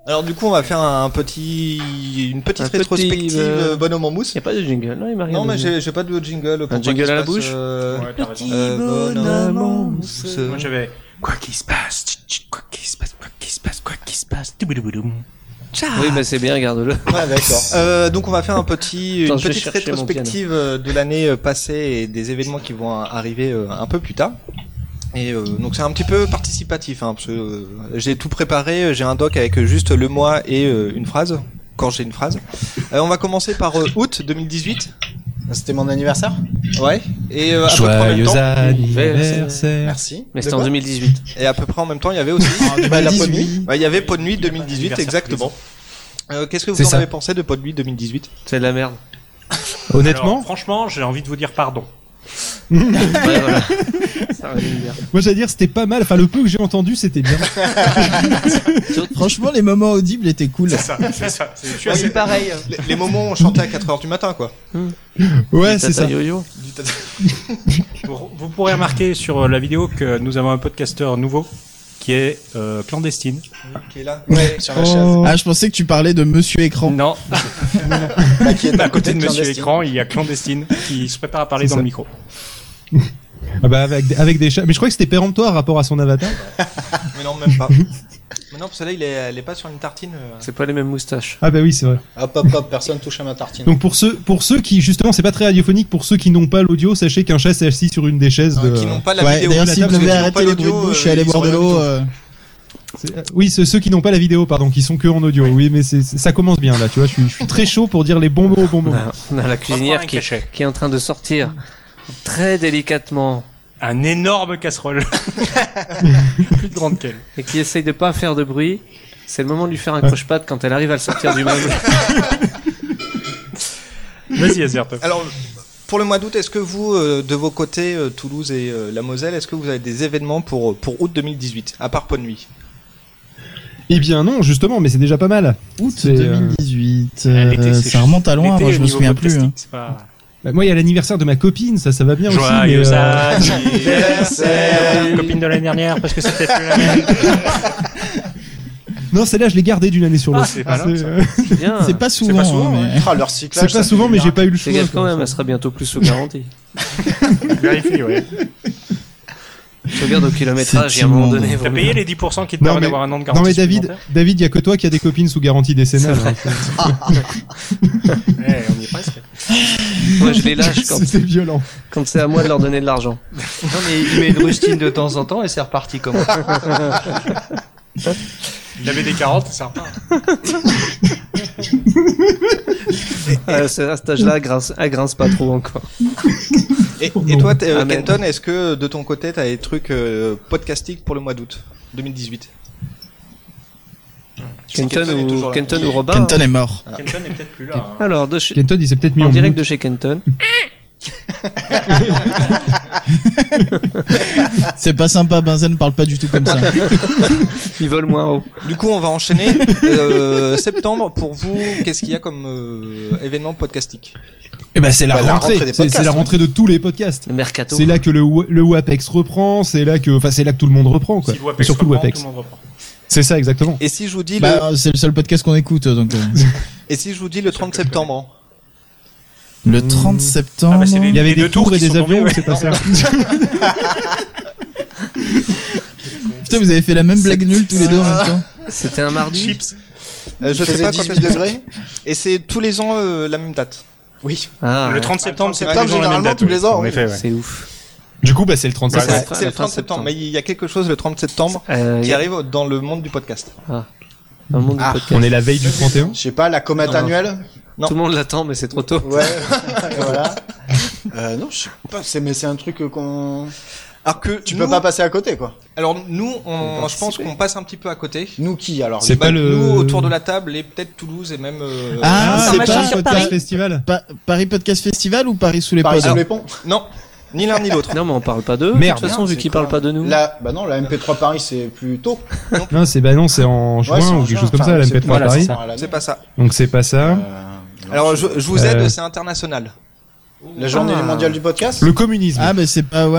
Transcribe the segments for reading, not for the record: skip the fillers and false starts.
Alors du coup, on va faire une petite rétrospective bonhomme en mousse. Il n'y a pas de jingle, non, il m'a rien Non, mais donné. j'ai pas de jingle. Un jingle à la bouche. Ouais, t'as raison. Bonhomme en mousse. Moi j'avais quoi qu'il se passe, quoi qu'il se passe, quoi qu'il se passe, quoi qu'il se passe. Douboudoum. Oui, bah c'est bien, garde-le. Ah d'accord. Donc on va faire une Attends, petite je vais chercher mon rétrospective de l'année passée et des événements qui vont arriver un peu plus tard. Et donc c'est un petit peu participatif, hein, parce que j'ai tout préparé, j'ai un doc avec juste le mois et une phrase, quand j'ai une phrase. On va commencer par août 2018. C'était mon anniversaire. Ouais. Et à peu près en même Joyeux temps. anniversaire. Merci. Mais c'était en 2018. Et à peu près en même temps, il y avait aussi. La peau de nuit. Il y avait Pot de nuit 2018, exactement. Qu'est-ce que vous en avez pensé de Pot de nuit 2018 ? C'est de la merde. Honnêtement, Alors, franchement, j'ai envie de vous dire pardon. Ouais, voilà. Ça va bien. moi j'allais dire c'était pas mal. Enfin, le peu que j'ai entendu, c'était bien. Franchement, les moments audibles étaient cool. C'est ça. Je suis Ouais, assez pareil. Les moments où on chantait à 4h du matin, quoi. Ouais, c'est ça. Tata Yo-Yo. Vous pourrez remarquer sur la vidéo que nous avons un podcasteur nouveau qui est clandestine. Qui est là. Ouais, sur la chaise. Ah, je pensais que tu parlais de Monsieur Écran. Non, Là, qui est à côté de Monsieur clandestine. Écran, il y a clandestine qui se prépare à parler dans ça. le micro. Ah bah avec des chats. Mais je crois que c'était péremptoire rapport à son avatar. Mais non, même pas. Mais non, parce que là, elle est pas sur une tartine. C'est pas les mêmes moustaches. Ah bah oui, c'est vrai. Hop, personne touche à ma tartine. Donc pour ceux qui justement, c'est pas très radiophonique, pour ceux qui n'ont pas l'audio, sachez qu'un chat s'est assis sur une des chaises de. Qui n'ont pas la Ouais, vidéo. d'ailleurs, la si table, vous devez parce qu'ils n'ont arrêter pas les bruits de l'audio, bouche et aller ils boire ont de rien l'eau. du tout. Oui, ceux qui n'ont pas la vidéo, pardon, qui sont que en audio. Oui, mais ça commence bien là, tu vois. Je suis très chaud pour dire les bons mots au bon moment. On a la cuisinière un qui cachet. est en train de sortir très délicatement Un énorme casserole. Plus grande qu'elle. et qui essaye de pas faire de bruit. C'est le moment de lui faire un croche-patte quand elle arrive à le sortir du meuble. Vas-y, Azertov. Alors, pour le mois d'août, est-ce que vous, de vos côtés, Toulouse et la Moselle, est-ce que vous avez des événements pour août 2018, à part Pot de nuit ? Eh bien non, justement, mais c'est déjà pas mal. Août C'est, 2018. L'été, c'est Ça remonte à loin, l'été, moi je au me niveau souviens plus. podcasting, Hein. c'est pas... Bah, moi, il y a l'anniversaire de ma copine, ça va bien Joyeux aussi. Mais, anniversaire, copine de l'année dernière, parce que c'était plus la même. Non, celle-là, je l'ai gardée d'une année sur l'autre. c'est pas mal, ça. C'est bien. C'est pas souvent, pas souvent, mais... Ah, leur cyclage. C'est pas souvent, mais j'ai pas eu le choix. Fais gaffe quand quoi. même, elle sera bientôt plus sous garantie. Vérifie, ouais. Je regarde au kilométrage, C'est et à un moment immonde. donné, T'as vaut payé mieux. les 10% qui te Non, permettent mais- d'avoir un an de garantie Non mais David, il y a que toi qui a des copines sous garantie décennale. hein. Ouais, on y est presque. Moi, je les lâche C'est violent. quand c'est à moi de leur donner de l'argent. Non mais il met une rustine de temps en temps et c'est reparti comme Il avait des carottes, ça repart. C'est à cet âge-là, elle grince pas trop encore. Et toi, Amen. Kenton, est-ce que de ton côté, t'as des trucs podcastiques pour le mois d'août 2018 Kenton ou Robin. Kenton est mort. Kenton est peut-être plus là. Hein. Alors, de chez... Kenton, il s'est peut-être mis en en direct mute. de chez Kenton. C'est pas sympa, Benzen parle pas du tout comme ça. Il vole moins haut. Du coup, on va enchaîner. Septembre, pour vous, qu'est-ce qu'il y a comme événement podcastique ? Eh ben c'est la Bah, la rentrée. rentrée des C'est podcasts, la rentrée de tous les podcasts. Le mercato. C'est là que le WAPEX reprend. C'est là que tout le monde reprend quoi. Si le WAPEX Et surtout le reprend, WAPEX. tout le monde reprend. C'est ça exactement. Et si je vous dis Bah, c'est le seul podcast qu'on écoute, donc. et si je vous dis le 30 septembre Le 30 septembre. Ah bah, c'est les- Il y avait les des deux tours tours et qui des sont tombés, avions. ouais. C'est pas ça. Putain, vous avez fait la même blague nulle tous les deux en même temps. C'était un mardi. Chips. Je sais faisait pas quand 18 est-ce que degrés. Et c'est tous les ans la même date. Oui. Ah, Le ouais. 30 septembre, c'est septembre, tous les ans la même généralement, date, tous oui. les ans, En oui. effet, ouais. C'est ouf. Du coup, bah c'est le 30 Ouais, septembre. Ouais. C'est le fin 30 septembre, septembre. mais il y a quelque chose le 30 septembre qui arrive dans le monde du podcast. Dans le monde du Ah. podcast. On est la veille du 31. Je sais pas, la comète Non, non. annuelle. Non. Tout le monde l'attend, mais c'est trop tôt. Ouais. Voilà. Non, je sais pas. Mais c'est un truc qu'on. Alors que Tu nous- peux pas passer à côté, quoi. Alors nous, je pense qu'on passe un petit peu à côté. Nous qui alors C'est pas le. Nous autour de la table et peut-être Toulouse et même. Ah, Ah, c'est c'est pas pas le podcast festival. Paris Podcast Festival ou Paris sous les Paris pods sous les ponts. Non, ni l'un ni l'autre. Non, mais on parle pas d'eux. Merde. De toute façon, vu C'est qu'ils quoi parlent pas de nous. Bah non, la MP3 Paris c'est plus tôt. Non, c'est en juin Ouais, c'est en ou quelque juin. chose comme ça, Enfin, la c'est- MP3 voilà, à Paris. c'est ça. C'est pas ça. Donc c'est pas ça. Alors je vous aide, Euh. c'est international. La journée mondiale du podcast. Le communisme. Ah, mais c'est pas,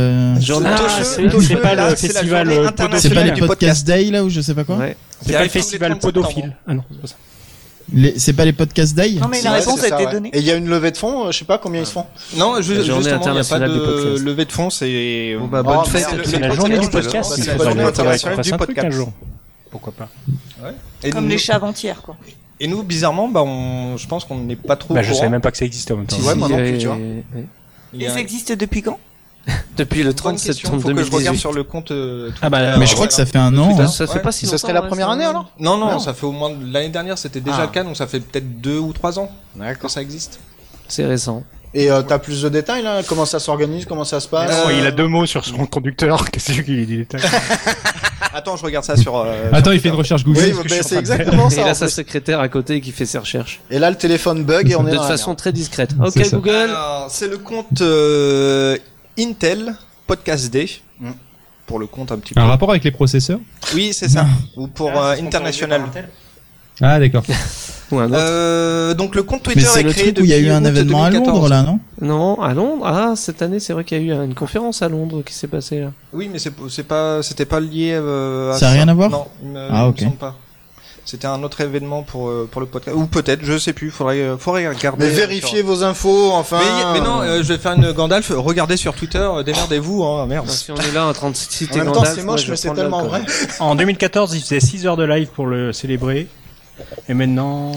c'est pas le festival c'est pas les du podcast day, là, ou je sais pas quoi? Ouais. C'est pas le festival podophile. Ah non, c'est pas ça. C'est pas les podcast day? Non, mais la réponse a été donnée. Et il y a une levée de fonds, je sais pas combien ils se font. Non, La journée justement, il n'y a pas internationale du de podcast. levée de fonds, c'est... Bon, bah, bonne fête. C'est la journée du podcast. C'est la journée internationale du un truc un podcast. jour. Pourquoi pas? Et Comme nous- les chats avant-hier, quoi. Et nous, bizarrement, je pense qu'on n'est pas trop Bah, au je courant. savais même pas que ça existait en même temps. Ouais, moi non plus, tu vois. Il y Et a ça existe depuis quand? Depuis le une 30 bonne question, septembre faut que je regarde 2018. sur le compte. Ah bah, Mais je crois que ça fait un an. Ça, hein. ça fait pas si Ce longtemps. serait la ouais, première ça- année alors? Non, ça fait au moins l'année dernière, c'était déjà Ah. le cas, donc ça fait peut-être 2 ou 3 ans que ça existe. C'est récent. Et t'as plus de détails là? Comment ça s'organise? Comment ça se passe? il a 2 mots sur son conducteur. Qu'est-ce que c'est qu'il dit des détails? Attends, je regarde ça sur. Attends, il fait une recherche Google. Oui, bah, c'est exactement Et il ça. a en sa plus. secrétaire à côté qui fait ses recherches. Et là, le téléphone bug et on est De dans la façon merde. très discrète. Ok, C'est ça. Google. Alors, c'est le compte Intel Podcast Day. Pour le compte un petit peu. Un rapport avec les processeurs? Oui, c'est ça. Ou pour International. Ah, d'accord. Ou un autre. Donc le compte Mais Twitter c'est est le créé truc où il y a eu depuis un août événement à 2014. Londres, là, non? Non, à Londres. Ah, cette année, c'est vrai qu'il y a eu une conférence à Londres qui s'est passée là. Oui, mais c'était pas lié à Ça a rien à voir? Non, Ah, ok. il me semble pas. C'était un autre événement pour le podcast. Ou peut-être, je sais plus, faudrait regarder. Mais vérifiez vos infos, enfin. Mais non, je vais faire une Gandalf. Regardez sur Twitter, démerdez-vous, hein, merde. Si on est là en train de citer En même temps, Gandalf, c'est moi, moche, je mais vais c'est prendre tellement l'alcool. vrai. En 2014, il faisait 6 heures de live pour le célébrer. Et maintenant,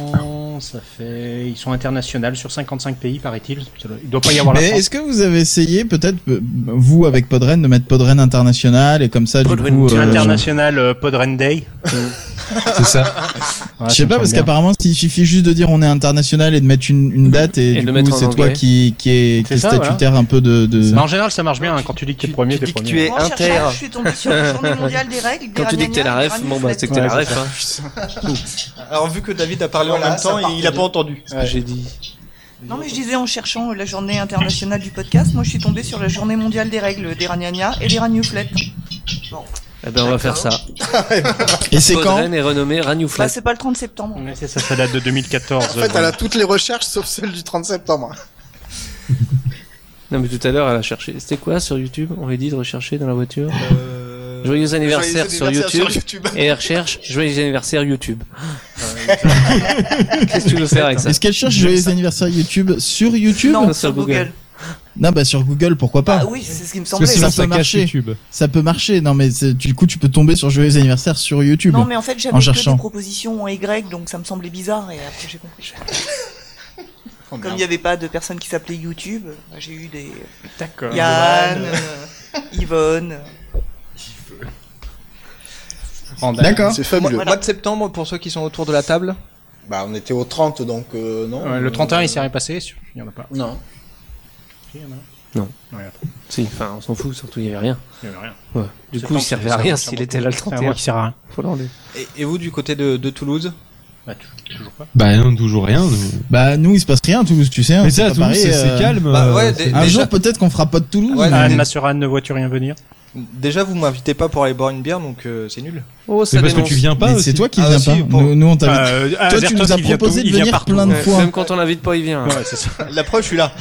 ils sont internationaux sur 55 pays, paraît-il. Il doit pas y avoir la Mais France. est-ce que vous avez essayé, peut-être, vous, avec Podren, de mettre Podren International et comme ça, du Podren coup, International Podren Day. C'est ça. Ouais, je sais ça me pas, semble parce bien. qu'apparemment, s'il suffit juste de dire on est international et de mettre une date et Et du de coup, mettre en c'est toi anglais. qui est C'est ça, statutaire un peu de... Mais en général, ça marche bien hein, quand tu dis que t'es premier, t'es dis que premier. tu es Moi, en inter. cherchant, je suis tombée sur la journée mondiale des règles. Quand tu dis que t'es la ref, bon bah c'est que t'es Ouais, la c'est ref. Hein. Alors vu que David a parlé Voilà, en même temps, ça part il a de- pas entendu ce que Ouais. j'ai dit. Non, mais je disais en cherchant la journée internationale du podcast, moi je suis tombée sur la journée mondiale des règles, des ragnagnas et des ragnuflettes. Eh ben on va faire ça. Et c'est quand? Podren est renommé Bah, Ragnuflat. c'est pas le 30 septembre. Ouais, c'est ça, ça date de 2014. En fait, elle a toutes les recherches sauf celle du 30 septembre. Non mais tout à l'heure elle a cherché. C'était quoi sur YouTube? On lui dit de rechercher dans la voiture. Joyeux anniversaire sur YouTube. Et elle recherche joyeux anniversaire YouTube. Qu'est-ce que tu veux faire avec ça? Est-ce qu'elle cherche joyeux anniversaire YouTube sur YouTube? Non, sur sur Google. Google. Non, bah sur Google, pourquoi pas? Ah oui, c'est ce qui me Parce que semblait. sinon, ça ça peut cache marcher. YouTube. Ça peut marcher, non mais du coup tu peux tomber sur joyeux anniversaire sur YouTube. Non, mais en fait, j'avais En que cherchant. des propositions en Y, donc ça me semblait bizarre, et après j'ai compris. Comme il n'y avait pas de personne qui s'appelait YouTube, bah, j'ai eu des D'accord. Yann, Yvonne. D'accord. C'est fabuleux. Mois de septembre pour ceux qui sont autour de la table. Bah, on était au 30, donc non. Le 31, il s'est rien passé. Il y en a pas. Non. Si, il y en a. Non. Ouais, attends, Si, enfin on s'en fout, surtout il y avait rien. il y avait rien. Ouais. Du coup il servait à rien s'il était là le C'est à moi 31. qui sert à rien. Faut l'enlever. Et vous du côté de Toulouse? Bah, toujours pas. Bah non, toujours rien. nous. Bah nous il se passe rien Toulouse, tu sais. hein, Mais c'est ça, à pas Toulouse, pareil, c'est calme. Bah ouais, c'est- Un déjà- jour peut-être qu'on fera pas de Toulouse. Ouais, mais- Anne, ma sœur Anne ne vois-tu rien venir? Déjà vous m'invitez pas pour aller boire une bière, donc c'est nul. Oh ça C'est parce que dénonce. tu viens pas Mais aussi. c'est toi qui Ah, viens si, pas. pour- Nous on t'invite. Toi tu Zertos, nous as il vient proposé tout- de il vient venir partout. plein de Ouais, fois. même quand on l'invite pas il vient. Ouais, c'est ça. La preuve, je suis là.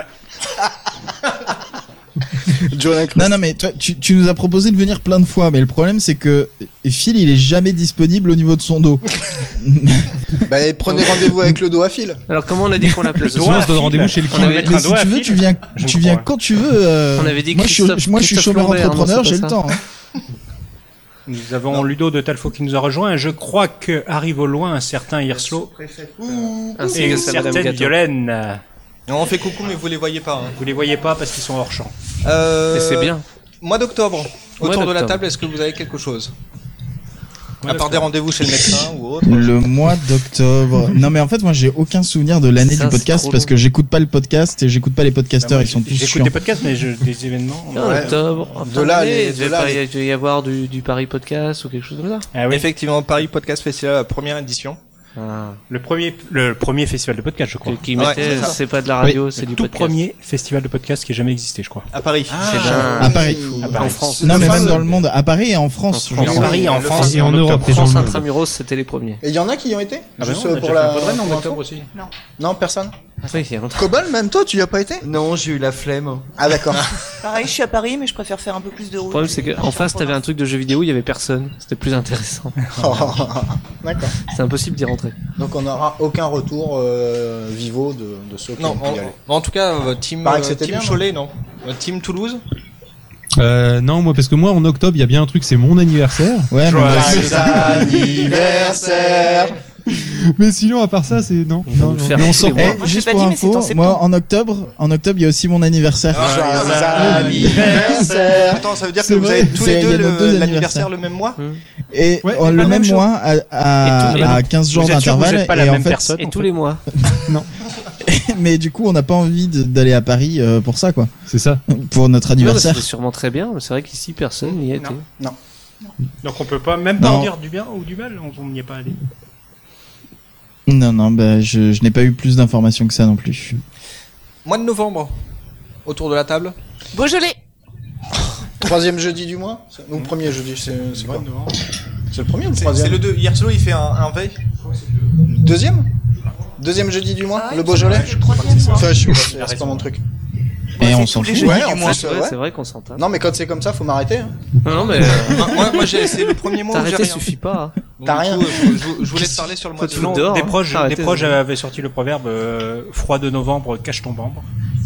Non mais toi tu nous as proposé de venir plein de fois, mais le problème c'est que Phil il est jamais disponible au niveau de son dos. Bah, prenez rendez-vous avec le dos à fil. Alors comment on a dit qu'on l'appelait ce Sinon, soir on se donne rendez-vous chez le On avait- kiné. Mais un si doigt à tu veux fil. tu viens Je tu ne viens crois quand tu veux. On avait dit moi je suis Christophe chômeur Lambert, non, entrepreneur, c'est j'ai pas le ça. temps. hein. Nous avons Ludo de Talfo qui nous a rejoint. Je crois que arrive au loin un certain Hirslo Ainsi et que une sa Madame certaine Gâteau. Violaine. Non, on fait coucou, mais vous les voyez pas. Hein. Vous les voyez pas parce qu'ils sont hors champ. Et c'est bien. Mois d'octobre. Mois Autour de la d'octobre. table, est-ce que vous avez quelque chose? Mois À part des rendez-vous chez le médecin ou autre. Le mois d'octobre. Non mais en fait moi j'ai aucun souvenir de l'année Ça, du c'est podcast trop parce long. que j'écoute pas le podcast et j'écoute pas les podcasteurs, ils sont tous J'écoute chiants. des podcasts, mais des événements. En octobre. En De là, année, les- il de devait là, pas les- y- il devait y avoir du Paris Podcast ou quelque chose comme ça. Ah oui. Effectivement, Paris Podcast Festival, la première édition. Ah. Le premier festival de podcast, je crois. Qui Ouais, mettait, c'est ça. c'est pas de la radio, c'est Le du tout podcast. premier festival de podcast qui ait jamais existé, je crois. À Paris. C'est bien. À Paris. En France. Non mais même dans le monde, à Paris et en France. En France. je En crois. Paris, en France Et en Europe, et dans France le monde. Intramuros, c'était les premiers. Et il y en a qui y ont été? Ah bah Juste non, on a pour déjà la. fait un Podren en pour octobre l'info aussi. Non, personne? Oui, il y a longtemps. Cobol, même toi, tu y as pas été? Non, j'ai eu la flemme. Ah d'accord. Pareil, je suis à Paris, mais je préfère faire un peu plus de Le route. problème, c'est qu'en face, t'avais un truc de jeu vidéo, il y avait personne. C'était plus intéressant. D'accord. C'est impossible d'y rentrer. Donc on n'aura aucun retour vivo de ceux qui ont pu y aller. En tout cas, team Paraît que c'était team bien, Cholet, non. Team Toulouse. Non, moi, parce que moi, en octobre, il y a bien un truc, c'est mon anniversaire. Ouais, Joyeux anniversaire. Mais sinon, à part ça, c'est non. Ils vont Non, le non. faire Mais on tous sort les pas. mois. Moi, j'ai juste pas pour dit, mais c'est en info, septembre. moi en octobre, il y a aussi mon anniversaire. Joyeux anniversaire. Attends, ça veut dire que C'est vous vrai, avez tous c'est- les il y a deux nos deux l'anniversaire anniversaires. le même mois. Et Ouais, le pas le même même jour. mois à 15 jours Vous êtes sûr que vous d'intervalle. êtes pas la Et en même fait, personne Et en tous fait les mois. mais du coup, on n'a pas envie d'aller à Paris pour ça, quoi. C'est ça. Pour notre Non, anniversaire. c'est sûrement très bien, mais c'est vrai qu'ici, personne n'y a été. Donc on peut pas même pas Non. en dire du bien ou du mal, on n'y est pas allé. Non, bah, je n'ai pas eu plus d'informations que ça non plus. Mois de novembre. Autour de la table. Beaujolais. Troisième jeudi du mois? Ou premier jeudi? C'est quoi? C'est le premier ou le C'est troisième? le 2. Hier solo, il fait un veille. Deuxième? Deuxième jeudi du mois? Ah, Le Beaujolais? c'est le troisième mois. Enfin, je sais pas, c'est pas mon truc. Et on c'est s'en tous les fout. jeudis Ouais, du en mois. fait, Ouais, ouais. c'est vrai qu'on s'entend. Non, mais quand c'est comme ça, faut m'arrêter. Hein. Non, mais moi, c'est le premier mois où j'ai t'arrêter rien. suffit pas. Hein. Donc, T'as du rien. coup, je voulais te parler sur le mois de Faut te novembre. foutre dehors. Des hein. proches, Arrêtez des proches de- avaient sorti le proverbe froid de novembre, cache ton membre.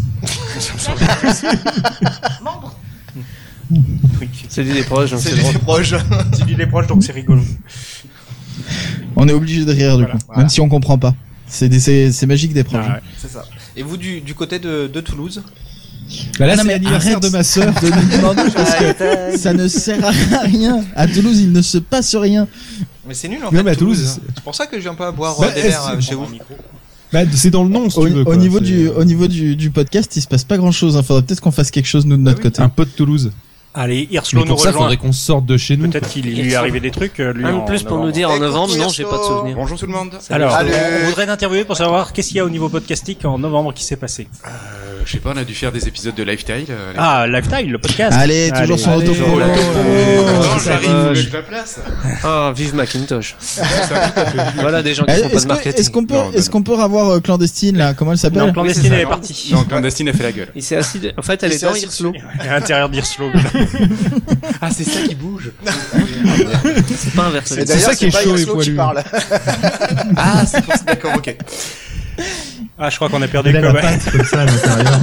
Membre. Oui, C'est dit des proches, donc C'est c'est drôle. des proches. c'est dit les proches, donc c'est rigolo. On est obligé de rire, du Voilà. coup. Même si on comprend pas. C'est magique des proches. Ah ouais. C'est ça. Et vous, du côté de Toulouse? Bah là, Ah non, c'est mais l'anniversaire arrête de ma sœur. de nous demander parce que ça ne sert à rien. À Toulouse, il ne se passe rien. Mais c'est nul en Non, fait. mais à Toulouse, C'est pour ça que je viens pas boire Bah, des verres chez vous. bah, c'est dans le nom, si tu veux. Au quoi. niveau C'est du podcast, il se passe pas grand chose. Faudrait peut-être qu'on fasse quelque chose nous de notre côté. un pote de Toulouse. Allez, Mais Hirslo nous pour ça, rejoint. faudrait qu'on sorte de chez nous. Peut-être qu'il lui est arrivé des trucs, lui. Un de en plus pour novembre. nous dire en Et novembre, coucou, non, j'ai pas de souvenir. Bonjour tout le monde. Alors, Salut. on voudrait l'interviewer pour savoir qu'est-ce qu'il y a au niveau podcastique en novembre qui s'est passé. Je sais pas, on a dû faire des épisodes de Lifestyle. Ah, Lifetime, le podcast. Allez, toujours son allez. autopromo. Attends, ça j'arrive, va. je la place. Ah, vive Macintosh. Voilà des gens qui font pas de marketing. Est-ce qu'on peut revoir Clandestine là? Comment elle Non, s'appelle? clandestine, elle est partie. Non, Clandestine a fait la gueule. Il s'est assis. En fait, elle est s'est dans assis Hirslo. À l'intérieur d'Hirslo. Ah, c'est ça qui bouge. C'est pas inversé. Et d'ailleurs, ça qui est pas chaud et Hirslo qui poilu. parle. Ah, c'est pour ça. D'accord, ok. Ah, je crois qu'on a perdu Elle le a la cobaye. patte comme ça à l'intérieur.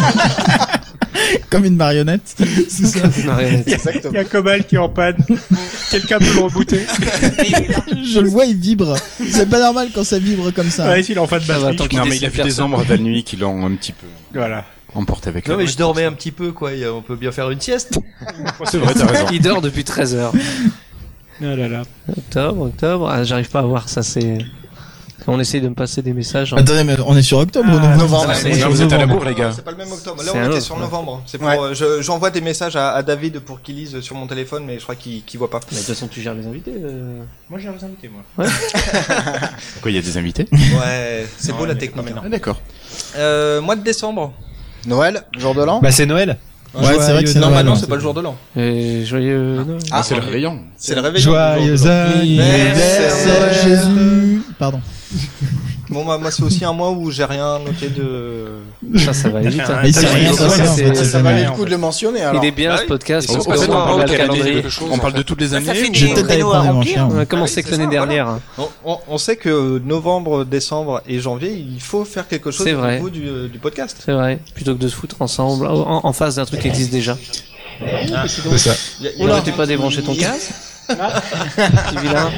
Comme une marionnette. C'est ça. Marionnette. Il y Exactement. a Cobal qui est en panne. Quelqu'un peut le rebooter. Je le vois, il vibre. C'est pas normal quand ça vibre comme ça. Ouais, il est en fin de Ça va, batterie. tant qu'il Non, mais il a décide vu des personne. ombres de la nuit qui l'ont un petit peu Voilà. emporté avec Non lui. mais je dormais un petit peu quoi, on peut bien faire une sieste. C'est vrai, t'as raison. Il dort depuis 13 heures. Ah là là. Octobre. Ah, j'arrive pas à voir ça, c'est. On essaye de me passer des messages. hein. Attendez, mais on est sur octobre ou non? Novembre. c'est- Non, vous êtes à la bourre, les gars. C'est pas le même octobre. Là, C'est on un était autre, sur ouais. novembre. C'est pour, Ouais. j'envoie des messages à David pour qu'il lise sur mon téléphone, mais je crois qu'il voit pas. Mais de toute façon, tu gères les invités. Moi, j'ai vous inviter, moi. Pourquoi il y a des invités? Ouais, c'est Non, beau la mais technique. pas maintenant. Ah, d'accord. Mois de décembre. Noël, jour de l'an. Bah, c'est Noël. Ouais, c'est vrai que c'est Non, Noël. bah non, hein. c'est pas le jour de l'an. Et joyeux. Noël. Ah, c'est le réveillon. C'est le réveillon. Joyeux Anniversaire, Jésus. Pardon. Bon, bah, moi, c'est aussi un mois où j'ai rien noté de. Ça va aller vite. hein. Mais c'est rien, Ça, ça, c'est- ça, Ça valait en le coup fait. de le mentionner alors. Il est bien ce podcast. En parce fait, qu'au on moins, on parle a de le quelle année? calendrier. On parle de toutes les Ça années fait ou- J'ai des peut-être créneaux allé à prendre des remplir. manches, On hein. a commencé oui, que c'est l'année ça, dernière. hein. On sait que novembre, décembre et janvier, il faut faire quelque chose C'est au vrai. niveau du podcast. C'est vrai. Plutôt que de se foutre ensemble en face d'un truc qui existe déjà. C'est ça. Oula, t'es pas débranché ton casque? Petit vilain.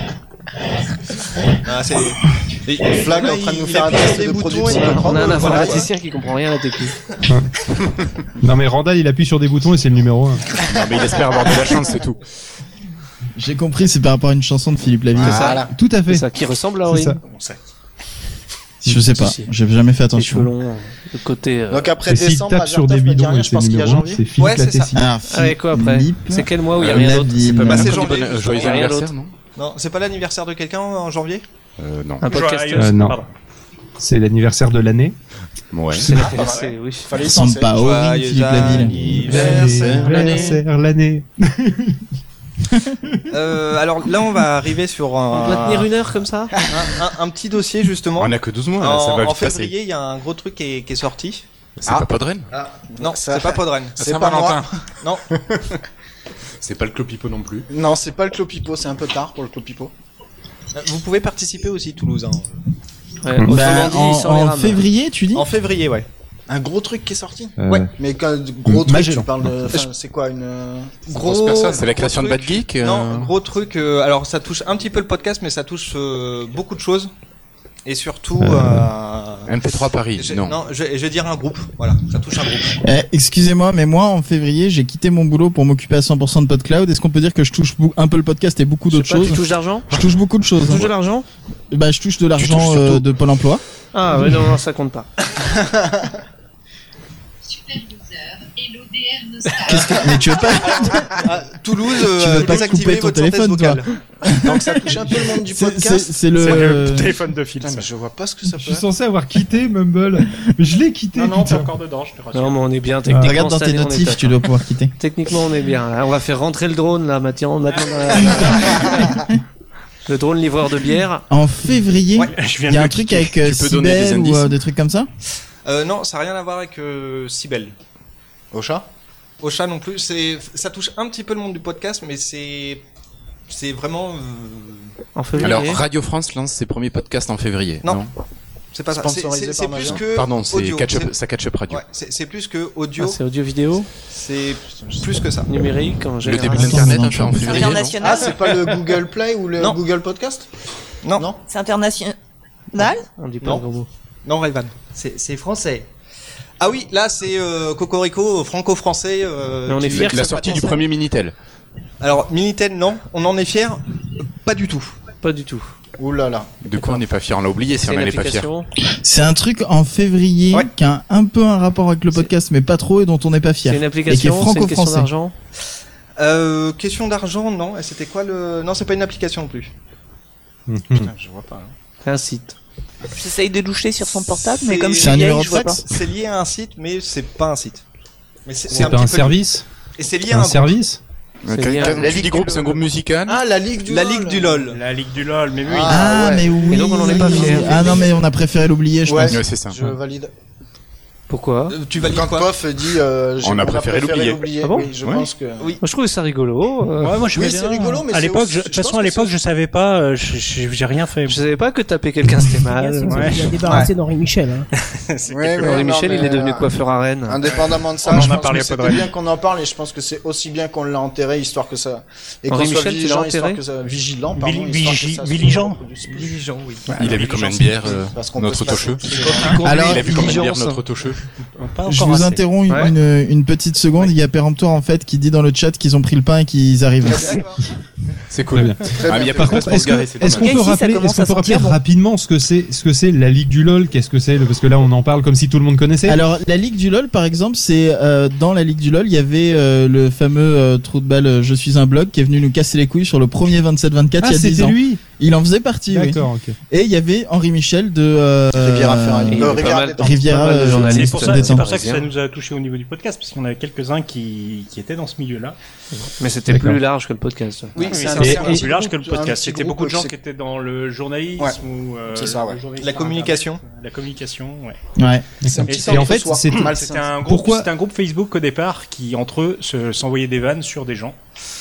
Ah, c'est. Flag est en train de nous faire un test de production. On a un informaticien qui comprend rien à la technique. Non, mais Randall, il appuie sur des boutons et c'est le numéro 1. Non, mais il espère avoir de la chance, c'est tout. J'ai compris, c'est par rapport à une chanson de Philippe Laville. Voilà. Tout à C'est fait. ça, qui ressemble à C'est Aurine. ça. Bon, ça. Je sais pas, Si. j'ai jamais fait Les cheveux attention. longs, le côté. Donc après Et s'il décembre, tape sur des Azertov me dit bidons rien, et je c'est pense qu'il y a numéro 1, janvier. c'est Philippe Ouais, c'est ça. Lattesi. Ah, Ah, et quoi après? Philippe C'est quel mois où il y a rien d'autre? Laville. Bah, c'est Comme janvier. Joyeux Rien anniversaire, d'autre. non? Non, c'est pas l'anniversaire de quelqu'un en janvier? Non. Un podcast. non. Pardon. C'est l'anniversaire de l'année. Ouais. C'est oui. Fallait y Il ressemble penser. pas à Aurine, Philippe Laville. L'anniversaire, l'année. Alors là, on va arriver sur On doit tenir une heure comme ça. un petit dossier justement. On a que 12 mois, là, ça va En vite passer. février, il y a un gros truc qui est sorti. C'est pas Podren? Non, c'est pas Podren. C'est pas moi. Non. C'est pas le Clopipo non plus. Non, c'est pas le Clopipo, c'est un peu tard pour le Clopipo. Vous pouvez participer aussi, Toulouse. Hein. Ouais, autrement dit, sans les en rames. février, tu dis? En février, ouais. Un gros truc qui est sorti. Ouais. Mais quand gros truc, Magellan. tu parles de. Enfin, c'est quoi une Gros. C'est la création de Bad Geek. Non, gros truc. Alors, ça touche un petit peu le podcast, mais ça touche beaucoup de choses. Et surtout. MP3 Paris. Non. je vais dire un groupe. Voilà, ça touche un groupe. Excusez-moi, mais moi, en février, j'ai quitté mon boulot pour m'occuper à 100% de PodCloud. Est-ce qu'on peut dire que je touche un peu le podcast et beaucoup d'autres choses? Tu touches d'argent? Je touche beaucoup de choses. Tu touches de l'argent? Bah, je touche de l'argent touches surtout. de Pôle emploi. Ah ouais, non, ça compte pas. Super Loser et l'ODR Nostal. Mais tu veux pas? Toulouse, Tu veux pas désactiver couper ton votre synthèse téléphone, toi? vocale. Donc ça touche un peu le monde du podcast. C'est le téléphone de Phil. Putain, mais je vois pas ce que ça Je peut suis censé avoir quitté Mumble, mais je l'ai quitté. Non, t'es putain. encore dedans, je te rassure. Non, mais on est bien techniquement. Regarde dans cette tes année, on est notifs, top. tu dois pouvoir quitter. Techniquement, on est bien. Là, on va faire rentrer le drone là, maintenant. Le drone livreur de bière. En février, Je viens il y a de un le truc cliquer. avec Tu peux donner des Cybelle ou indices. des trucs comme ça? Non, ça n'a rien à voir avec Cybelle. Au chat. Ocha non plus. Ça touche un petit peu le monde du podcast, mais c'est vraiment. En février. Alors, Radio France lance ses premiers podcasts en février. Non. C'est pas ça. Sponsorisé C'est par plus Magellan. que. Pardon, c'est audio. ça Catch Up Radio. Ouais, c'est plus que audio. Ah, c'est audio-vidéo, C'est plus que ça. numérique en Le général. début de l'Internet, un peu en février. non International. Ah, c'est pas le Google Play ou le Non. Google Podcast? Non. Non. C'est international. On dit pas Non. le gros mot. Non, Rayvan. C'est français. Ah oui, là c'est Cocorico franco-français. Mais on est fiers que La ça sortie soit du premier Minitel. Alors Minitel, non, on en est fier. Pas du tout. Pas du tout. Ouh là là. De quoi on n'est pas fier? On l'a oublié si C'est on une n'en est pas fier. application. C'est un truc en février Ouais. qui a un peu un rapport avec le podcast, mais pas trop et dont on n'est pas fier. C'est une Et qui est application. C'est une question franco-français. d'argent. Question d'argent, non. Et c'était quoi le Non, c'est pas une application non plus. Putain, je vois pas. C'est un site. J'essaye de loucher sur son portable, mais comme je C'est un suis vieille, numéro de je vois pas. fax? C'est lié à un site, mais c'est pas un site. Mais C'est pas petit un peu- service? Et c'est lié C'est à un un groupe. service? C'est Quand lié à- tu dis groupe, c'est un groupe musical. Ah, la Ligue du La LOL. Ligue du LOL. La Ligue du LOL, mais oui. Ah, ouais. mais oui. Et donc, on en est pas fiers. Ah non, mais on a préféré l'oublier, je Ouais. pense. Ouais, c'est ça. Je valide. Pourquoi? Tu valides Quand quoi Pof dit On a préféré l'oublier. Ah bon? Oui, je Ouais. pense que. Oui. Moi, je trouve ça rigolo. Ouais, moi je Oui, vais c'est bien. rigolo, mais à c'est l'époque, aussi- de toute je façon, pense à que l'époque, c'est- je savais pas, j'ai rien fait. Je savais pas que taper quelqu'un c'était mal. Ouais. Il a débarrassé d'Henri Michel. Hein. Ouais, Henri Michel, non, il est mais, devenu coiffeur à Rennes. Indépendamment de ça, On en je a pense parlé que à c'était Podren. bien qu'on en parle et je pense que c'est aussi bien qu'on l'a enterré histoire que ça et qu'on Henri soit Michel, tu l'as vigilant histoire enterré que ça vigilant pardon Vili- histoire que vigi- ça se vigilant. reproduise plus. Diligent, oui. Il a vu comme une bière Parce qu'on notre peut se tocheux. Alors, Il a vu comme une bière diligence. notre tocheux. Pas Je encore vous assez. interromps Ouais. une petite seconde. Il y a Péremptoire en fait qui dit dans le chat qu'ils ont pris le pain et qu'ils arrivent. C'est Très cool. bien. Ah, mais il y a pas Par de place contre, pour est-ce se garer, que- c'est est-ce qu'on dommage. peut Ici, ça rappeler, commence est-ce qu'on à peut rappeler sentir bon. rapidement ce que c'est la Ligue du LOL? Qu'est-ce que c'est? Parce que là, on en parle comme si tout le monde connaissait. Alors la Ligue du LOL par exemple, c'est dans la Ligue du LOL, il y avait le fameux trou de balle Je suis un blog qui est venu nous casser les couilles sur le premier 27-24 Ah, il y a 10 c'était ans. lui. Il en faisait partie, oui. D'accord, ok. Et il y avait Henri Michel de Rivière à Ferraille. il y a pas Rivière mal- détente. Riviera Pas mal de journalistes. C'est pour ça détente. que ça nous a touché au niveau du podcast, parce qu'on avait quelques-uns qui étaient dans ce milieu-là. Mais c'était D'accord. plus large que le podcast. Oui, Oui, c'est c'est un- un c'est peu un- plus large que le un podcast. petit C'était groupe, beaucoup de gens c'est- qui étaient dans le journalisme Ouais. ou C'est ça, ouais. le journalisme La par communication. Internet. La communication, ouais. Ouais. C'est un Et petit c'est- Et en entre fait, soi. c'est Malsain. C'était un groupe, Pourquoi- c'était un groupe Facebook au départ qui entre eux s'envoyait des vannes sur des gens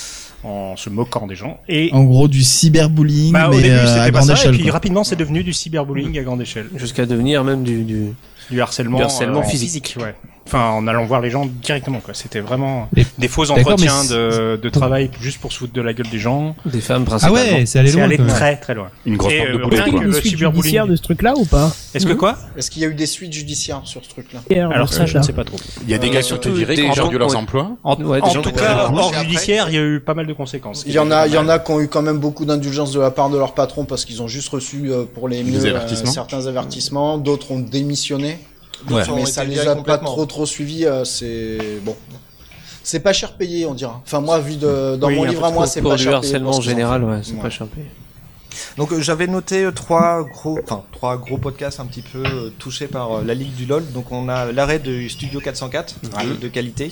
en se moquant des gens. Et En gros du cyberbullying bah, au mais début à c'était pas grande ça, échelle. et puis quoi. rapidement c'est devenu du cyberbullying à grande échelle, Jusqu'à devenir même du harcèlement, Du harcèlement en physique. ouais. Enfin, en allant voir les gens directement, quoi. C'était vraiment Mais- des faux D'accord, entretiens mais de travail juste pour se foutre de la gueule des gens. des femmes Ah principalement. ouais, c'est allé C'est loin. allé quand même. très très loin. Une grosse Et, porte de rien boulet, que quoi. le Une suite cyberbullying. judiciaire de ce truc-là ou pas? Est-ce que quoi? Est-ce qu'il y a eu des suites judiciaires sur ce truc-là? Alors ça, je ne sais pas trop. Il y a des gars qui ont été virés, qui des ont gens perdu leurs qui ont- emplois. En, Ouais, des en gens tout qui cas, ont- hors après- judiciaire, il y a eu pas mal de conséquences. Il y en a qui ont eu quand même beaucoup d'indulgence de la part de leur patron parce qu'ils ont juste reçu pour les mieux avertissements. certains avertissements, d'autres ont démissionné. Ouais. Mais ça les a pas trop suivis, c'est bon. C'est pas cher payé, on dira. Enfin moi vu dans Oui, mon un livre peu à moi, Pour- c'est pour pas du cher payé. harcèlement pour en ce qu'ils ont général, fait. ouais, c'est Ouais. pas cher payé. Donc j'avais noté trois gros podcasts un petit peu touchés par la Ligue du LoL. Donc on a l'arrêt de Studio 404 de qualité,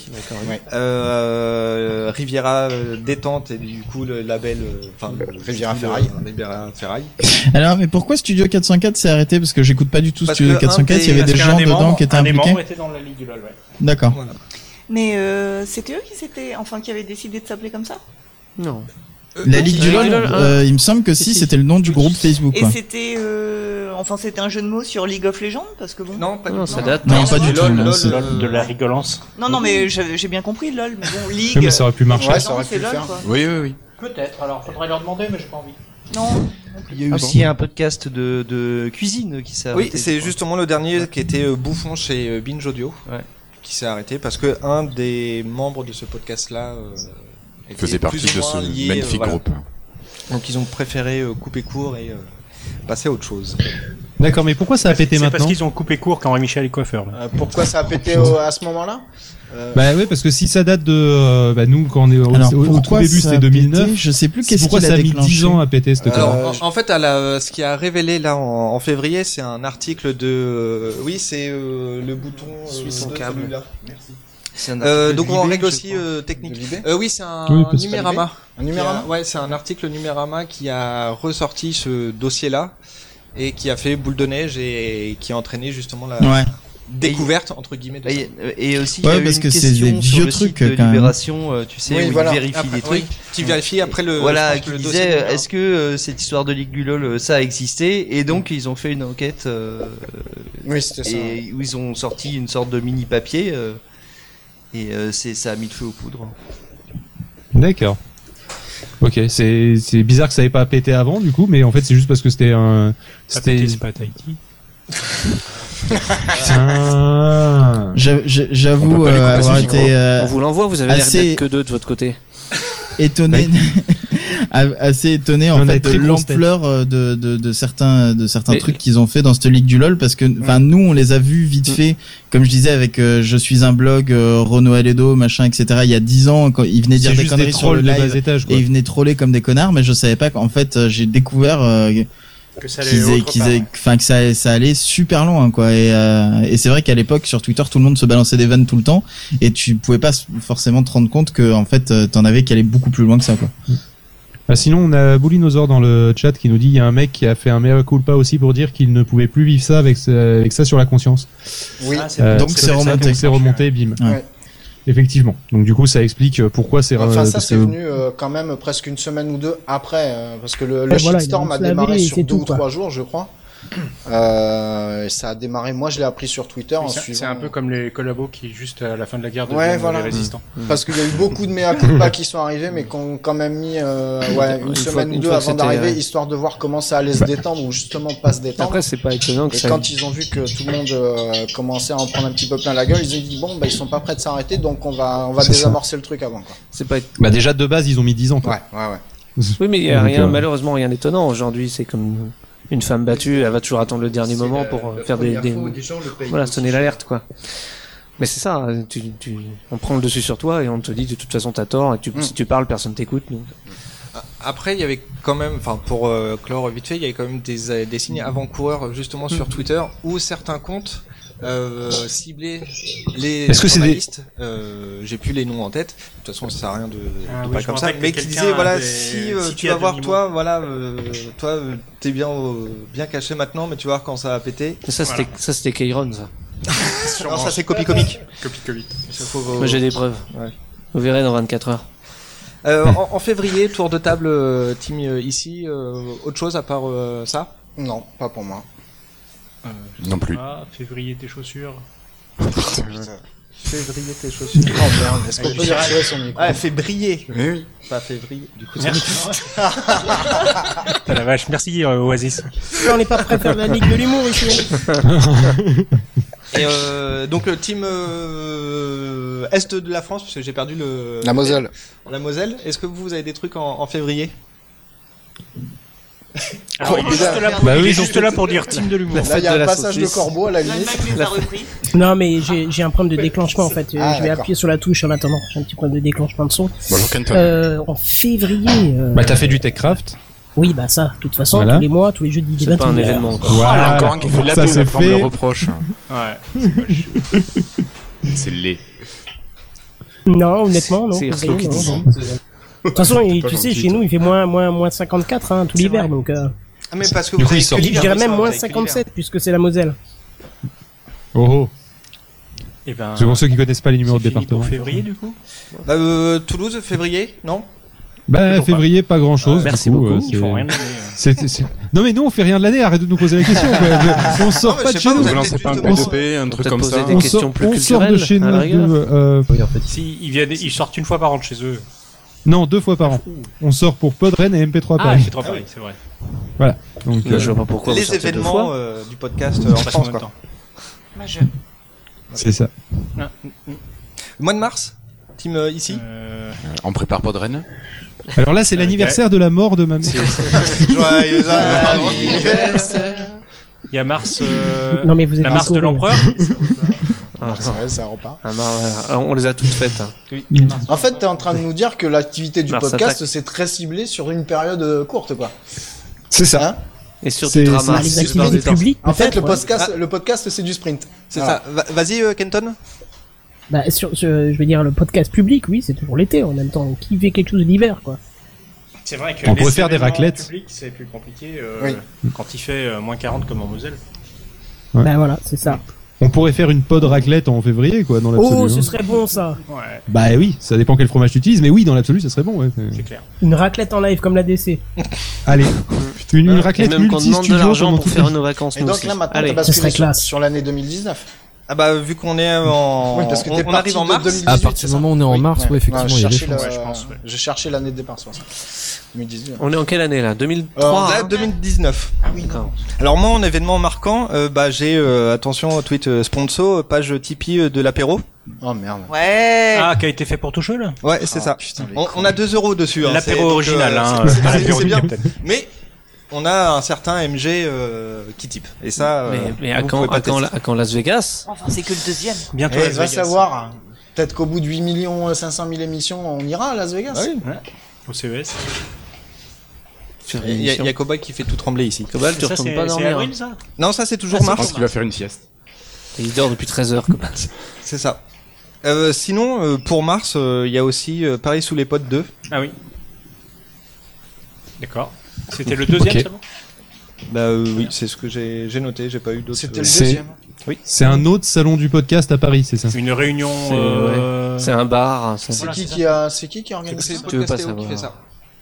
Riviera détente et du coup le label, Riviera Ferraille. Alors mais pourquoi Studio 404 s'est arrêté? Parce que j'écoute pas du tout Studio 404. Il y avait des gens dedans qui étaient impliqués. Un des membres était dans la Ligue du LoL, ouais. D'accord. Voilà. Mais c'était eux qui avaient décidé de s'appeler comme ça? Non. La Ligue du LoL, il me semble que c'était le nom du groupe Facebook. Et c'était c'était un jeu de mots sur League of Legends, parce que bon. Non, pas ça date. Non, pas du tout. LoL de la rigolance. Non, mais j'ai bien compris LoL, mais bon, League. Oui, mais ça aurait pu marcher. Ouais, ça aurait pu le faire. Oui. Peut-être, alors faudrait leur demander, mais j'ai pas envie. Non. Il y a aussi un podcast de cuisine qui s'est arrêté. Oui, c'est justement le dernier qui était Bouffon chez Binge Audio, qui s'est arrêté parce que un des membres de ce podcast-là faisait partie de ce magnifique groupe. Donc ils ont préféré couper court et passer à autre chose. D'accord, mais pourquoi ça a pété maintenant? C'est parce qu'ils ont coupé court quand Michel est coiffeur. Pourquoi ça a pété à ce moment-là? Bah oui, parce que si ça date de nous quand on est au tout début, c'était 2009. Je sais plus qu'est-ce pourquoi qui ça l'a a mis déclenché. 10 ans à péter cette Alors en fait, ce qui a révélé là en février, c'est un article de c'est le bouton Suis son câble. celui-là. Merci. Donc on règle aussi technique. Oui, c'est un numérama. Un numérama? Ouais, c'est un article numérama qui a ressorti ce dossier-là et qui a fait boule de neige et qui a entraîné justement la découverte entre guillemets de ça. Et aussi il y a eu parce une que c'est question des sur vieux le trucs site de quand même. Libération, tu sais, Oui, où voilà. ils vérifient des trucs. Qui vérifie après le Voilà, je pense que qui le disait dossier, est-ce que cette histoire de Ligue du LoL ça a existé, et donc ils ont fait une enquête Oui, c'était ça. et où ils ont sorti une sorte de mini papier et ça a mis le feu aux poudres. D'accord. Ok, c'est bizarre que ça ait pas pété avant du coup, mais en fait c'est juste parce que c'était C'est pas Tahiti. J'avoue avoir été On vous l'envoie, vous avez l'air assez- d'être que deux de votre côté. étonné, assez étonné en On a fait très de grosse tête. l'ampleur de certains Mais- trucs qu'ils ont fait dans cette ligue du LoL, parce que nous on les a vus vite fait, comme je disais avec je suis un blog, Renaud Aledo machin etc. Il y a 10 ans quand ils venaient dire C'est des juste conneries des sur le trolls de live bas étage, quoi. et ils venaient troller comme des connards, mais je savais pas qu'en fait j'ai découvert Que ça allait que ça allait super loin quoi, et c'est vrai qu'à l'époque sur Twitter tout le monde se balançait des vannes tout le temps et tu pouvais pas forcément te rendre compte que en fait t'en avais qui allaient beaucoup plus loin que ça quoi. Sinon on a Boulinosaur dans le chat qui nous dit il y a un mec qui a fait un mea culpa aussi pour dire qu'il ne pouvait plus vivre ça avec ça sur la conscience. Oui. Donc c'est remonté. Donc c'est remonté, bim. Ouais. Effectivement. Donc du coup ça explique pourquoi c'est Enfin, ça parce c'est que- venu quand même presque une semaine ou deux après, parce que le voilà, shitstorm il a a démarré lavé et sur c'est 2 tout, ou 3 quoi. jours, je crois. Ça a démarré. Moi, je l'ai appris sur Twitter en suivant. C'est un peu comme les collabos qui, juste à la fin de la guerre, Ouais, deviennent voilà. les résistants. Parce qu'il y a eu beaucoup de mea culpa qui sont arrivés, mais qui ont quand même mis une semaine ou deux fois que avant c'était, d'arriver, histoire de voir comment ça allait se détendre ou justement pas se détendre. Après, c'est pas étonnant que Et ça. quand ils ont vu que tout le monde commençait à en prendre un petit peu plein la gueule, ils ont dit bon, bah ils sont pas prêts de s'arrêter, donc on va C'est désamorcer le truc avant quoi. C'est pas. Bah déjà de base ils ont mis 10 ans quoi. Ouais. Oui, mais il y a Donc, rien, malheureusement, rien d'étonnant. Aujourd'hui, c'est comme une femme battue, elle va toujours attendre le dernier moment pour faire des voilà, sonner l'alerte, quoi. Mais c'est ça, on prend le dessus sur toi et on te dit de toute façon t'as tort, et si tu parles, personne t'écoute, donc. Après, il y avait quand même, enfin pour clore vite fait, il y avait quand même des signes avant-coureurs justement sur Twitter où certains comptes ciblaient les Est-ce que c'est des- journalistes. J'ai plus les noms en tête. De toute façon, ça sert à rien de oui, pas je comme me ça. rappelle Mais que qui quelqu'un disaient voilà, avait si cité tu vas à voir demi-mot. toi, voilà, toi t'es bien caché maintenant, mais tu vas voir quand ça va péter. Mais ça, c'était Kairon, ça. Non, ça c'est copie comique. Copie Covid. Moi, j'ai des preuves. Ouais. Vous verrez dans 24 heures. En février, tour de table team ici, autre chose à part ça? Non, pas pour moi. Non plus. Ah, février, tes chaussures. Février tes chaussures. Oh merde, est-ce qu'on peut dire ça son micro? Ah, février. Oui. Pas février. Du coup, Putain, la vache, merci Oasis. On n'est pas prêt à faire de la ligue de l'humour ici. Et donc le team est de la France, parce que j'ai perdu La Moselle. La Moselle. Est-ce que vous avez des trucs en février? Alors, il est juste là pour, Bah il oui, est ils ont juste là pour dire team de l'humour. Là, il y a un passage de corbeau à la limite. L'Allemagne les a repris. Non, mais j'ai un problème de déclenchement en fait. Ah, Je vais d'accord. appuyer sur la touche en attendant. J'ai un petit problème de déclenchement de son. Bonjour Kenton. En février. Bah t'as fait du Techcraft. Oui, bah ça, de toute façon, Voilà. tous les mois, tous les jeudis, C'est pas un événement. Quoi. Voilà. Encore un qui fait de la Ça, pub, c'est après on me le fait. reproche. Ouais, c'est moche. C'est laid. Non, honnêtement, non. C'est vous Ursula voyez, qui non, dit non. ça. De toute façon, Pas tu sais, gentil, chez nous, toi. il fait moins 54 hein, tout C'est l'hiver, vrai. donc Ah, mais parce que Du vous coup, avez il sort. que je l'hiver, dirais c'est même ça, moins vous avez que 57 puisque c'est la Moselle. Oh, oh. Et ben, C'est pour ceux qui connaissent pas les numéros de c'est fini département. pour février, du coup. Bah, Toulouse, février, non? Bah, Toujours février, pas grand chose. Merci beaucoup. Ils font rien de l'année. Non, mais nous, on fait rien de l'année, arrête de nous poser la question. Quoi. On sort mais pas je de sais chez pas, nous. vous Vous avez lancez peut-être pas un juste P2P, un truc peut-être comme poser ça. des questions plus On sort de culturelles, chez à la nous. rigueur. Si, ils sortent une fois par an de chez eux. Non, 2 fois par an. On sort pour Podren et MP3 Ah, Paris. c'est trop pareil, c'est vrai. Voilà. Donc, Je vois pas pourquoi vous Les sortez deux événements fois. du podcast On en passe en France, même quoi. temps. Majeur. c'est ça. Ah, Mois de mars, team ici. On prépare pas de Rennes. Alors là, c'est l'anniversaire de la mort de ma mère. Joyeux Il y a Mars, Non, mais vous êtes la Mars de décoré. l'empereur. Ah, C'est vrai, ça repart. ah, non, on les a toutes faites. Hein. En fait, t'es en train de nous dire que l'activité du Mars podcast, attaque. c'est très ciblé sur une période courte, quoi. C'est ça. Hein Et surtout C'est- drama. Bah, les c'est activités par des publiques, En fait, peut-être, le podcast, c'est du sprint. C'est Voilà. ça. Vas-y, Kenton. Bah, je veux dire, le podcast public, oui, c'est toujours l'été en même temps. Qui fait quelque chose l'hiver, quoi. C'est vrai que On les pourrait faire des événements raclettes. publics, c'est plus compliqué Oui. quand il fait moins 40 comme en Moselle. Ouais. Bah voilà, c'est ça. On pourrait faire une pod raclette en février, quoi, dans l'absolu. Oh, ce hein. serait bon, ça. Ouais, Bah oui, ça dépend quel fromage tu utilises, mais oui, dans l'absolu, ça serait bon. Ouais. c'est clair. Une raclette en live comme la DC. Allez, une Et raclette même qu'on demande de multi-studio l'argent pendant pour toute faire la- nos vacances. Et nous donc aussi. là, maintenant, Allez. t'as Ce serait basculé classe. sur l'année 2019. Ah bah vu qu'on est en, Oui, parce que t'es on parti arrive en de mars. 2018, À partir c'est du ça moment où on est en Oui, mars, ouais, effectivement, il y a des j'ai chances. Ouais, je pense, ouais. J'ai cherché l'année de départ, c'est pour ça. 2018. On est en quelle année là 2003 Là, hein 2019. Ah oui, d'accord. Alors moi, en événement marquant, bah j'ai attention tweet sponsor, page Tipeee de l'apéro. Oh merde. Ouais. Ah, qui a été fait pour Toucheux, là Ouais, c'est ça. putain, les On a 2 € dessus. Hein, L'apéro c'est- donc, original, hein. c'est- pas c'est l'apéro c'est du bien. Capitaine. Mais on a un certain MG qui type. Et ça. Mais à vous quand, pouvez pas à quand, tester. à quand Las Vegas Enfin, c'est que le deuxième. Bientôt Eh, Las va Vegas. savoir. Peut-être qu'au bout de 8 500 000 émissions, on ira à Las Vegas. Ah oui. Au CES. Il y a Cowboy qui fait tout trembler ici. Cobal, tu Ça, retournes c'est pas c'est dormir. avril, ça Non, ça c'est toujours Ah, c'est mars. Je pense qu'il va faire une sieste. Il dort depuis 13 heures. Cobal. C'est ça. Sinon, pour mars, il y a aussi Paris sous les potes 2. Ah oui. D'accord. C'était le deuxième, Ok. c'est bon Bah oui, c'est ce que j'ai noté. J'ai pas eu d'autres. C'était le C'est- deuxième. C'est un autre salon du podcast à Paris, c'est ça? Une réunion. C'est C'est un bar. C'est Voilà, qui c'est qui a, c'est qui organise C'est ça Tu veux pas Podcastéo qui fait savoir.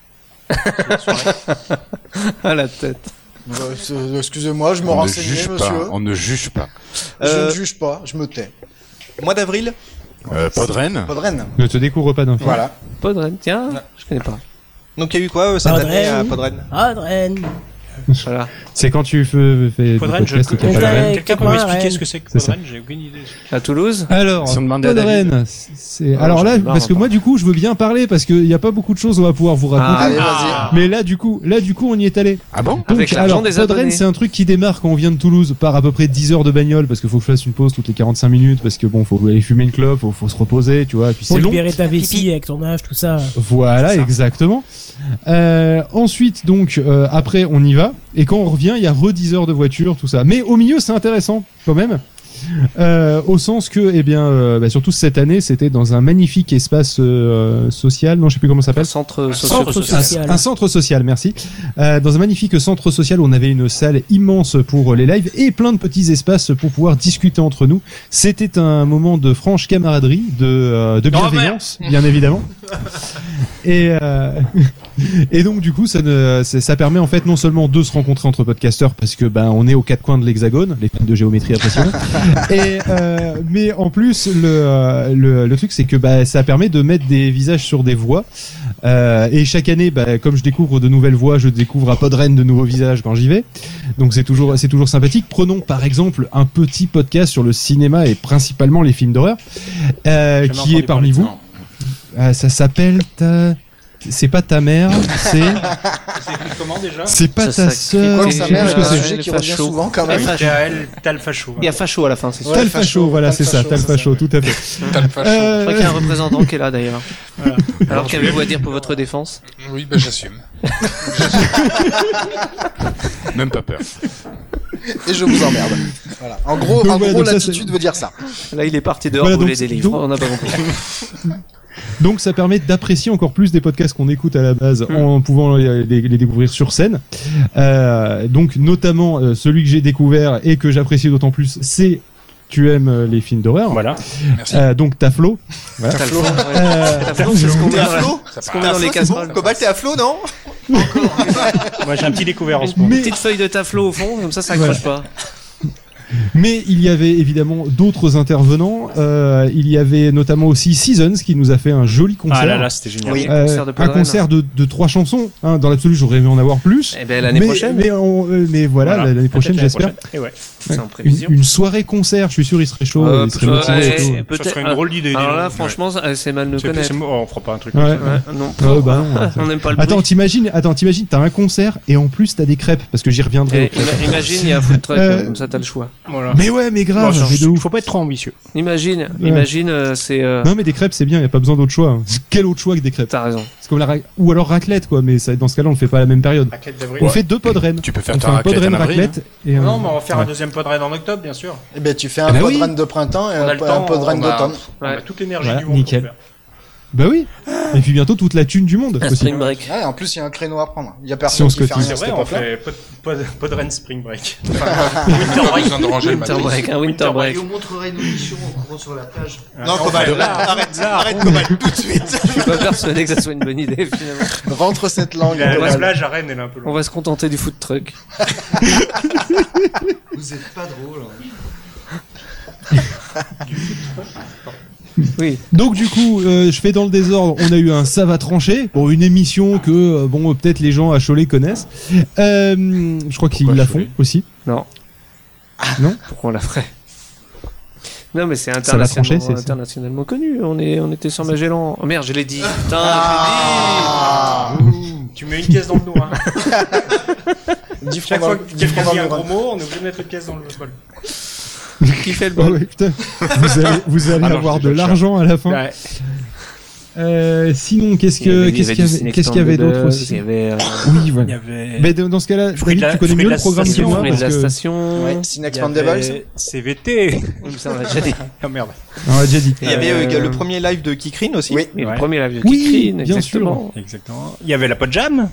ça. À la tête. Excusez-moi, je me On ne renseignais, juge monsieur. pas. On ne juge pas. Je Euh, ne juge pas, je me tais. Mois d'avril. Pas de Rennes. Pas de Rennes. Ne te découvre pas d'infos. Voilà. Podren, tiens, Ouais. je connais pas. Donc il y a eu quoi cette Podren. année à Podren? Adren. Voilà. C'est quand tu fais du Podren, je podcast et qu'il y a pas de connais. Rennes. Quelqu'un peut Podren. m'expliquer ce que c'est que C'est ça. Podren J'ai aucune idée. À Toulouse Alors, Si on demandait à David. Podren, c'est... Ah, Alors j'en là, ai marre, parce que hein, moi, du coup, je veux bien parler parce qu'il n'y a pas beaucoup de choses on va pouvoir vous raconter. Allez, Ah. vas-y. Mais là, du coup, on y est allé. Ah bon? Donc, Avec l'argent alors, des Podren, abonnés. c'est un truc qui démarre quand on vient de Toulouse par à peu près 10 heures de bagnole parce qu'il faut que je fasse une pause toutes les 45 minutes parce que bon, faut aller fumer une clope, faut se reposer, tu vois, et puis Pour c'est long. libérer ta vessie avec ton âge, tout ça. Voilà, exactement. Ensuite, donc, après, on y va. Et quand on revient, il y a 10 heures de voiture, tout ça. Mais au milieu, c'est intéressant, quand même. Au sens que, eh bien, surtout cette année, c'était dans un magnifique espace social. Non, je sais plus comment ça s'appelle. Centre Centre social. social. Un centre social, merci. Dans un magnifique centre social où on avait une salle immense pour les lives et plein de petits espaces pour pouvoir discuter entre nous. C'était un moment de franche camaraderie, de bienveillance, bien évidemment. Et donc du coup, ça permet en fait non seulement de se rencontrer entre podcasteurs parce que on est aux quatre coins de l'hexagone, les fans de géométrie apprécieront. Mais en plus, le truc c'est que ça permet de mettre des visages sur des voix. Et chaque année, comme je découvre de nouvelles voix, je découvre à Podren de nouveaux visages quand j'y vais. Donc c'est toujours sympathique. Prenons par exemple un petit podcast sur le cinéma et principalement les films d'horreur, qui est parmi vous. Ça s'appelle c'est pas ta mère, c'est Comment déjà c'est pas Ça ta s'écrit sœur. quoi, je sa sais mère, plus ce il y que a un c'est. sujet qui revient Facho. souvent quand même. Tal Facho. Il y a Facho à la fin, c'est sûr. Ouais, Tal Facho, Facho, voilà, Tal c'est ça, Facho, Tal c'est Facho, tout à fait. T'as le facho. Je crois qu'il y a un représentant qui est là d'ailleurs. Voilà. Alors qu'avez-vous à dire pour votre défense? Oui, j'assume. Même pas peur. Et je vous emmerde. Voilà. En gros, Donc voilà, donc ça, l'attitude veut dire ça. Là, il est parti dehors Voilà, rouler donc, des livres. donc- On n'a pas compris. Donc ça permet d'apprécier encore plus des podcasts qu'on écoute à la base en pouvant les découvrir sur scène. Donc notamment celui que j'ai découvert et que j'apprécie d'autant plus, c'est Tu aimes les films d'horreur. Voilà. Donc Taflo. Voilà. Taflo. Taflo, c'est ce qu'on met T'es à dans la- flot ce qu'on met dans les casseroles. Cobalt, t'es à flot, non? Moi, j'ai un petit découvert en ce moment. Une petite feuille de Taflo au fond, comme ça accroche pas. Mais il y avait évidemment d'autres intervenants. Il y avait notamment aussi Seasons qui nous a fait un joli concert. Ah là là, c'était génial. Oui, Un concert de 3 chansons. Hein. Dans l'absolu, j'aurais aimé en avoir plus. Eh ben, l'année prochaine. Mais voilà, l'année prochaine, Peut-être j'espère. Et ouais. C'est en prévision. Une soirée concert, je suis sûr, il serait chaud. il serait motivé et tout. peut-être. Ça serait une drôle d'idée. Alors là, franchement, c'est mal de connaître. On fera pas un truc Ouais. comme ça. Ouais, non. Bah non, On n'aime pas le bruit. Attends, t'imagines, t'as un concert et en plus t'as des crêpes parce que j'y reviendrai. Imagine, il y a un food truck, comme ça t'as le choix. Voilà. Mais ouais, mais grave, Bon, mais de ouf. faut pas être trop ambitieux. Imagine, c'est. Non mais des crêpes c'est bien, y a pas besoin d'autre choix. Quel autre choix que des crêpes? T'as raison. C'est comme ou alors raclette quoi, mais ça, dans ce cas-là on le fait pas à la même période. Raclette d'avril. On fait 2 podrennes. Tu peux faire On ta fait un raclette podren en avril, raclette et Non, mais on va faire un deuxième podren en octobre, bien sûr. Eh ben, tu fais un bah oui. podren de printemps et On a un le temps, podren on a- d'automne. On a toute l'énergie Voilà, du monde. nickel. pour le faire. Bah oui. Et puis bientôt toute la thune du monde Un aussi. spring break. Ouais, en plus, il y a un créneau à prendre. Il y a Si personne on qui se fait rien C'est à vrai, cette on époque-là. fait podren spring break. Winter break. Besoin de ranger le Winter matos. break, un winter break. vous montrera une audition en courant sur la plage. Non, Cobalt, arrête Cobalt, tout de suite. Je suis pas persuadé que ça soit une bonne idée finalement. Rentre cette langue. La Cobalt. plage à Rennes, elle est un peu On longue. va se contenter du food truck. Vous êtes pas drôle. Oui. Donc du coup, je fais dans le désordre. On a eu un Ça va trancher. Bon, une émission que peut-être les gens à Cholet connaissent. Je crois qu'ils la font aussi. Non. Non. Pourquoi on la ferait? Non, mais c'est Ça l'a tranché, internationalement, c'est- internationalement connu. On était sur Magellan. Oh merde, je l'ai dit. Putain, Tu mets une pièce dans le dos, hein. 10 Chaque francs fois dans- que 10 quelqu'un francs dit dans un le gros run. mot, on est obligé de mettre une pièce dans le bol. je dis. Qui fait le Oh, bon? ouais, putain. Vous allez Ah non, avoir je de dis pas l'argent à la fin. Ouais. Sinon, qu'est-ce qu'il y avait d'autre aussi? Il y avait. Oui, Il y voilà. avait. Mais dans ce cas-là, Fruit de David, la- tu connais fruit de mieux la le programme que station, moi Fruit de parce la que station. Ouais, Il y Cinexpandables. avait CVT. Oui, ça, on l'a déjà dit. Oh merde. on l'a déjà dit. Il y avait le premier live de Kikrine aussi. Oui. Et Ouais. le premier live de Oui, Kikrine, bien exactement. Exactement. Il y avait la Podjam.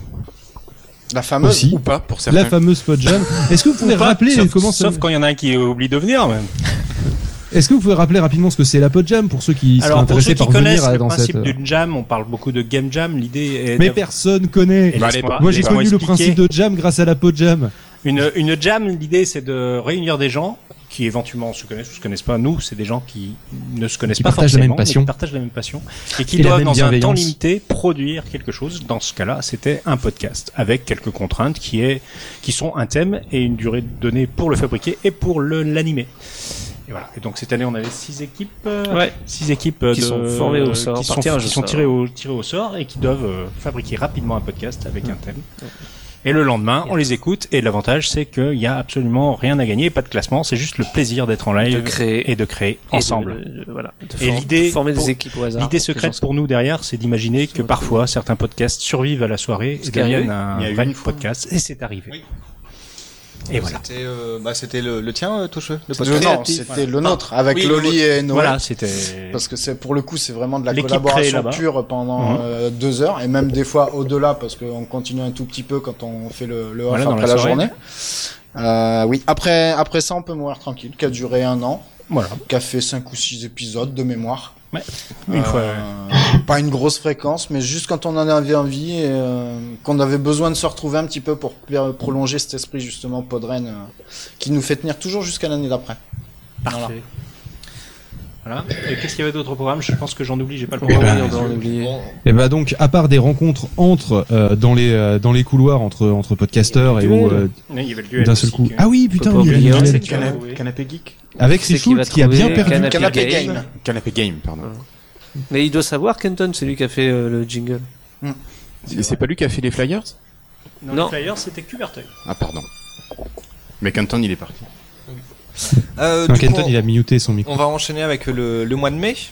La fameuse. Aussi. Ou pas pour La certains. fameuse Podjam. Est-ce que vous pouvez rappeler comment ça... Sauf quand il y en a un qui oublie de venir, même. Est-ce que vous pouvez rappeler rapidement ce que c'est la Podjam pour ceux qui seraient Alors, pour ceux intéressés qui par connaissent venir le dans principe cette... d'une jam, on parle beaucoup de game jam. L'idée est. Mais personne connaît. Et Bah, laisse-moi- Moi j'ai laisse-moi connu le expliquer. principe de jam grâce à la Podjam. Une jam, l'idée c'est de réunir des gens qui éventuellement se connaissent ou se connaissent pas. Nous, c'est des gens qui ne se connaissent Qui pas partagent la forcément, même passion. mais qui partagent la même passion et qui Et la doivent même dans un temps bienveillance. limité produire quelque chose. Dans ce cas-là, c'était un podcast avec quelques contraintes qui sont un thème et une durée donnée pour le fabriquer et pour l'animer. Et voilà. Et donc cette année, on avait 6 équipes, Ouais. 6 équipes Qui sont formées au sort, qui par sont, tirage qui au sont sort. tirées au sort et qui doivent fabriquer rapidement un podcast avec un thème. Et le lendemain, on les écoute et l'avantage c'est qu'il y a absolument rien à gagner, pas de classement, c'est juste le plaisir d'être en live De créer. et de créer Et ensemble. voilà. Et l'idée, former pour- des équipes au hasard. L'idée secrète pour nous derrière, c'est d'imaginer que parfois certains podcasts survivent à la soirée et Ce qui est deviennent arrivé. un Il y a eu vrai une fois. podcast. Et c'est arrivé. Oui. Et voilà. C'était le tien, Toucheux, le Non, podcast. c'était le nôtre, avec Oui, Loli et Noé. Voilà, c'était. Parce que c'est pour le coup, c'est vraiment de la L'équipe créée collaboration là-bas. pure pendant 2 heures et même des fois au-delà parce qu'on continue un tout petit peu quand on fait le off Voilà, dans après la la soirée. journée. Oui, après ça, on peut mourir tranquille, qui a duré 1 an, Voilà. qui a fait 5 ou 6 épisodes de mémoire. Une fois. Pas une grosse fréquence, mais juste quand on en avait envie et qu'on avait besoin de se retrouver un petit peu pour prolonger cet esprit justement Podren qui nous fait tenir toujours jusqu'à l'année d'après. Parfait. Voilà. Et qu'est-ce qu'il y avait d'autres programmes? Je pense que j'en oublie, j'ai pas le Oui, programme. on doit en oublier. Et bah donc, à part des rencontres entre dans les couloirs entre podcasteurs et où Oui, il y avait le duel d'un seul aussi coup. que- Ah oui, putain, Faut pas il y a oublier, eu hein, le c'est duel. que- Canapé Geek. Avec C'est ses shoots va qui a bien trouver perdu. Canapé Game. Canapé Game, pardon. Mais il doit savoir, Kenton, c'est lui qui a fait le jingle. Et c'est pas lui qui a fait les flyers? Non, Non. le flyer, c'était Cuberteuil. Ah, pardon. Mais Canton, il est parti. Non, Du coup, Kenton, il a muté son micro. on va enchaîner avec le mois de mai.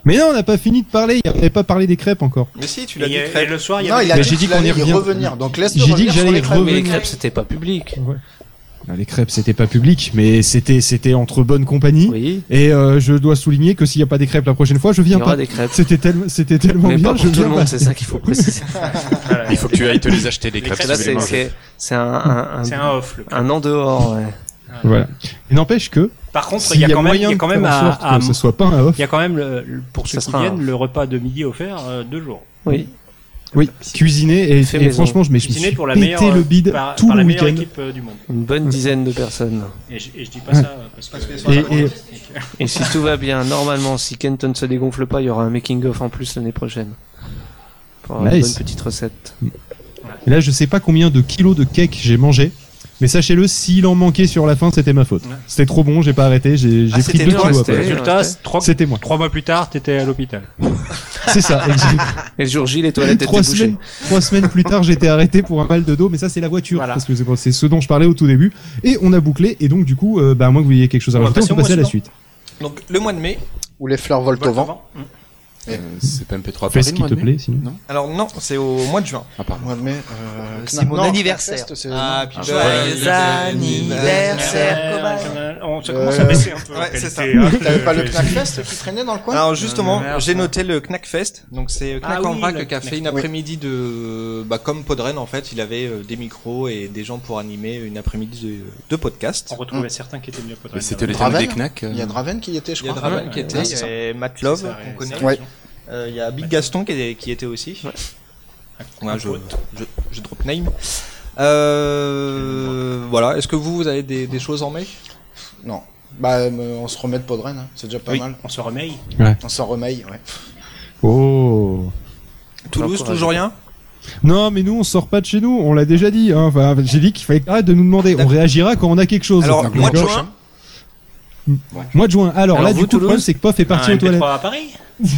Mais non, on n'a pas fini de parler. Il n'avait pas parlé des crêpes encore. Mais si, tu l'as dit. Et le soir, il y Non, avait il a Bah, dit j'ai dit qu'il qu'on y allait y revient. revenir. Donc laisse-le J'ai dit revenir que sur j'allais les crêpes. Mais les revenir. crêpes, c'était pas public. Ah, les crêpes, c'était pas public, mais c'était entre bonnes compagnies. Oui. Et je dois souligner que s'il n'y a pas des crêpes la prochaine fois, je Il y viens aura pas. des crêpes. C'était tellement Mais bien, pas je pour tout viens le pas. monde, c'est ça qu'il faut préciser. Il faut que tu ailles te les acheter, les crêpes. Là, si tu veux les manger. c'est un off. un en dehors, ouais. Voilà. Et n'empêche que Par contre, s'il il y a quand même, moyen il y a quand même de faire en sorte à- que ce soit pas un off. il y a quand même pour ceux Ça qui sera viennent le repas de midi offert 2 jours. Oui. Oui, cuisiner et Fait et maison. franchement, je me suis Cuisiné pour la pété meilleure le bide par tout la le meilleure week-end. équipe du monde. Une bonne dizaine de personnes. Et je dis pas ça parce que Et si tout va bien, normalement, si Kenton se dégonfle pas, il y aura un making-of en plus l'année prochaine. Pour avoir une Nice. bonne petite recette. Et là, je sais pas combien de kilos de cake j'ai mangé. Mais sachez-le, s'il en manquait sur la fin, c'était ma faute. C'était trop bon, j'ai pas arrêté, j'ai pris c'était 2 toi, kilos c'était- après. résultat, C'était moi. 3 mois plus tard, t'étais à l'hôpital. C'est ça, exact. Et le jour J, les toilettes étaient 3 bouchées. semaines plus tard, j'étais arrêté pour un mal de dos, mais ça c'est la voiture, Voilà. parce que c'est ce dont je parlais au tout début. Et on a bouclé, et donc du coup, à moins que vous ayez quelque chose à On va rajouter, on peut passer au passer à la mois suite. Donc le mois de mai. Où les fleurs volent au vent. C'est pas MP3 Fais Paris, ce le qui mois te de mai plaît, sinon. Non. Alors non, c'est au mois de juin. Ah, pardon. Mois de mai. C'est mon non, anniversaire. Knackfest, c'est- Happy Joyeux anniversaire, cobaye. Ça commence à baisser un peu. Ouais, c'est ça. T'avais pas le Knackfest qui traînait dans le coin Alors justement, merde, j'ai ça. noté le Knackfest. Donc c'est Knack Ah en oui, vrac le qui a fait une Knackfest. après-midi de comme Podren en fait, il avait des micros et des gens pour animer une après-midi de podcast. On retrouvait certains qui étaient mieux Mais c'était le thème Draven. des knacks. Il y a Draven qui y était, je Il y a crois. Draven qui était, il y avait Matt Love qu'on connaît. Ouais. Il y a Big Gaston qui était aussi. Ouais, je drop name. Voilà. Est-ce que vous avez des choses en mai? Non. Bah, on se remet de Podren, hein. C'est déjà pas Oui, mal. on se remet. On s'en remet, ouais. Oh. Toulouse, toujours rien? Non, mais nous, on sort pas de chez nous, on l'a déjà dit. Hein. Enfin, j'ai dit qu'il fallait arrêter de nous demander. On réagira quand on a quelque chose. Alors, Donc, mois de d'accord. juin. Mois de juin. Alors là, vous, du coup, le Toulouse problème, c'est que Pof est parti aux toilettes. MP3 à Paris.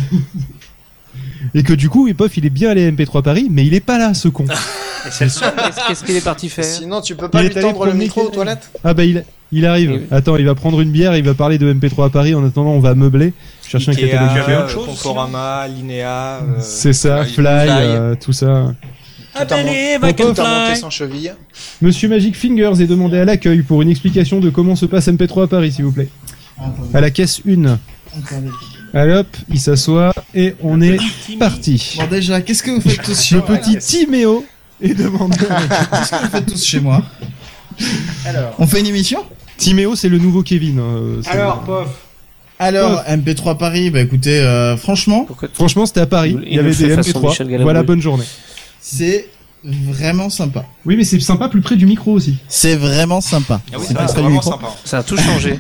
Et que du coup, Pof, il est bien allé à MP3 Paris, mais il est pas là, ce con. Et c'est le seul. Qu'est-ce qu'il est parti faire? Sinon, tu peux pas Il lui est allé tendre le promener micro aux quelqu'un. toilettes? Ah bah il arrive. Oui. Attends, il va prendre une bière, il va parler de MP3 à Paris. En attendant, on va meubler. Chercher un Ikea, catalogue Tu avais Ikea. autre chose Conforama, Linéa. C'est ça, Fly. Fly, tout ça. I believe Mon I can pote T'as monté fly. sans cheville. Monsieur Magic Fingers est demandé à l'accueil pour une explication de comment se passe MP3 à Paris, s'il vous plaît. À la caisse 1. Allez hop, il s'assoit et on est parti. Bon déjà, qu'est-ce que vous faites tous chez Le moi petit Timéo est demandé. Qu'est-ce que vous faites tous chez moi Alors, On fait une émission Timéo, c'est le nouveau Kevin. C'est- Pof. Alors, MP3 Paris, bah écoutez, franchement, Pourquoi tu- Franchement, c'était à Paris. Il Il y avait le fait des façon MP3. Michel Galabru. Voilà, bonne journée. c'est vraiment sympa. Oui, mais c'est sympa plus près du micro aussi. C'est vraiment sympa. Ah oui, C'est c'est vrai, pas c'est très vraiment micro. sympa. Ça a tout changé.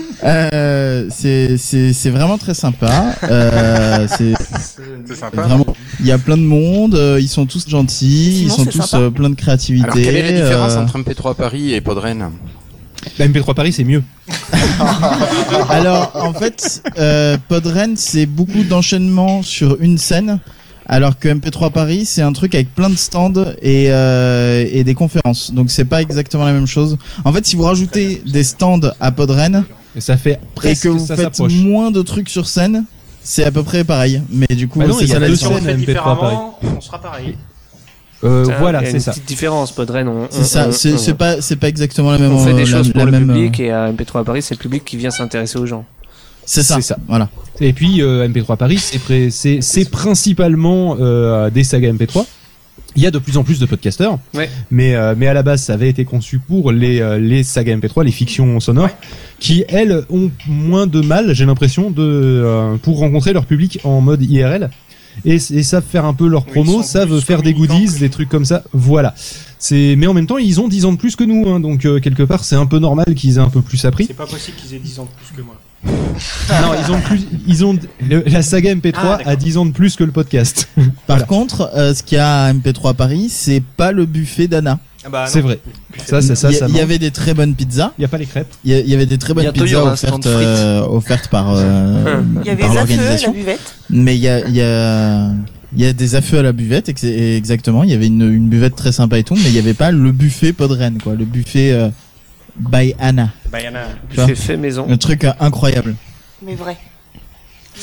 C'est vraiment très sympa. C'est C'est sympa. vraiment. Il y a plein de monde. Ils sont tous gentils. Sinon, Ils sont c'est tous sympa. plein de créativité. Alors, quelle est la différence entre MP3 Paris et Podren? La MP3 Paris, c'est mieux. Alors, en fait, Podren, c'est beaucoup d'enchaînements sur une scène, alors que MP3 Paris, c'est un truc avec plein de stands et des conférences. Donc, c'est pas exactement la même chose. En fait, si vous rajoutez des stands à Podren Et ça fait et presque que vous ça faites s'approche. moins de trucs sur scène, c'est à peu près pareil. Mais du coup, Bah non, c'est il y a ça la deux différence. Si on le scènes fait MP3 Paris. différemment, on sera pareil. Voilà, Il y a c'est une ça. petite différence, Podren. C'est ça. C'est pas exactement la même. On fait des la- choses pour la le même, public et à MP3 à Paris, c'est le public qui vient s'intéresser aux gens. C'est ça. C'est ça. Voilà. Et puis MP3 Paris, c'est principalement des sagas MP3. Il y a de plus en plus de podcasters, Ouais. mais à la base, ça avait été conçu pour les sagas MP3, les fictions sonores, qui elles ont moins de mal, j'ai l'impression, pour rencontrer leur public en mode IRL. Et savent faire un peu leur Oui, promo, ils sont savent plus faire des communicants goodies, des trucs comme ça. Voilà. Mais en même temps, ils ont 10 ans de plus que nous, hein, donc quelque part, c'est un peu normal qu'ils aient un peu plus appris. C'est pas possible qu'ils aient 10 ans de plus que moi. Non, la saga MP3 Ah, d'accord. a 10 ans de plus que le podcast. Par Voilà. contre, ce qu'il y a à MP3 Paris, c'est pas le buffet d'Anna. Ah bah, C'est non. vrai. Ça, Il y manque. avait des très bonnes pizzas. Il y a pas les crêpes. Il y avait des très bonnes Bientôt, il y pizzas aura un stand offertes par Il y avait par les affaires, la l'organisation. buvette. Mais il y a des affeux à la buvette, exactement. Il y avait une buvette très sympa et tout, mais il y avait pas le buffet Podren, quoi. Le buffet by Anna. Bah, il y en a. Tu vois, C'est fait maison. un truc incroyable. Mais vrai.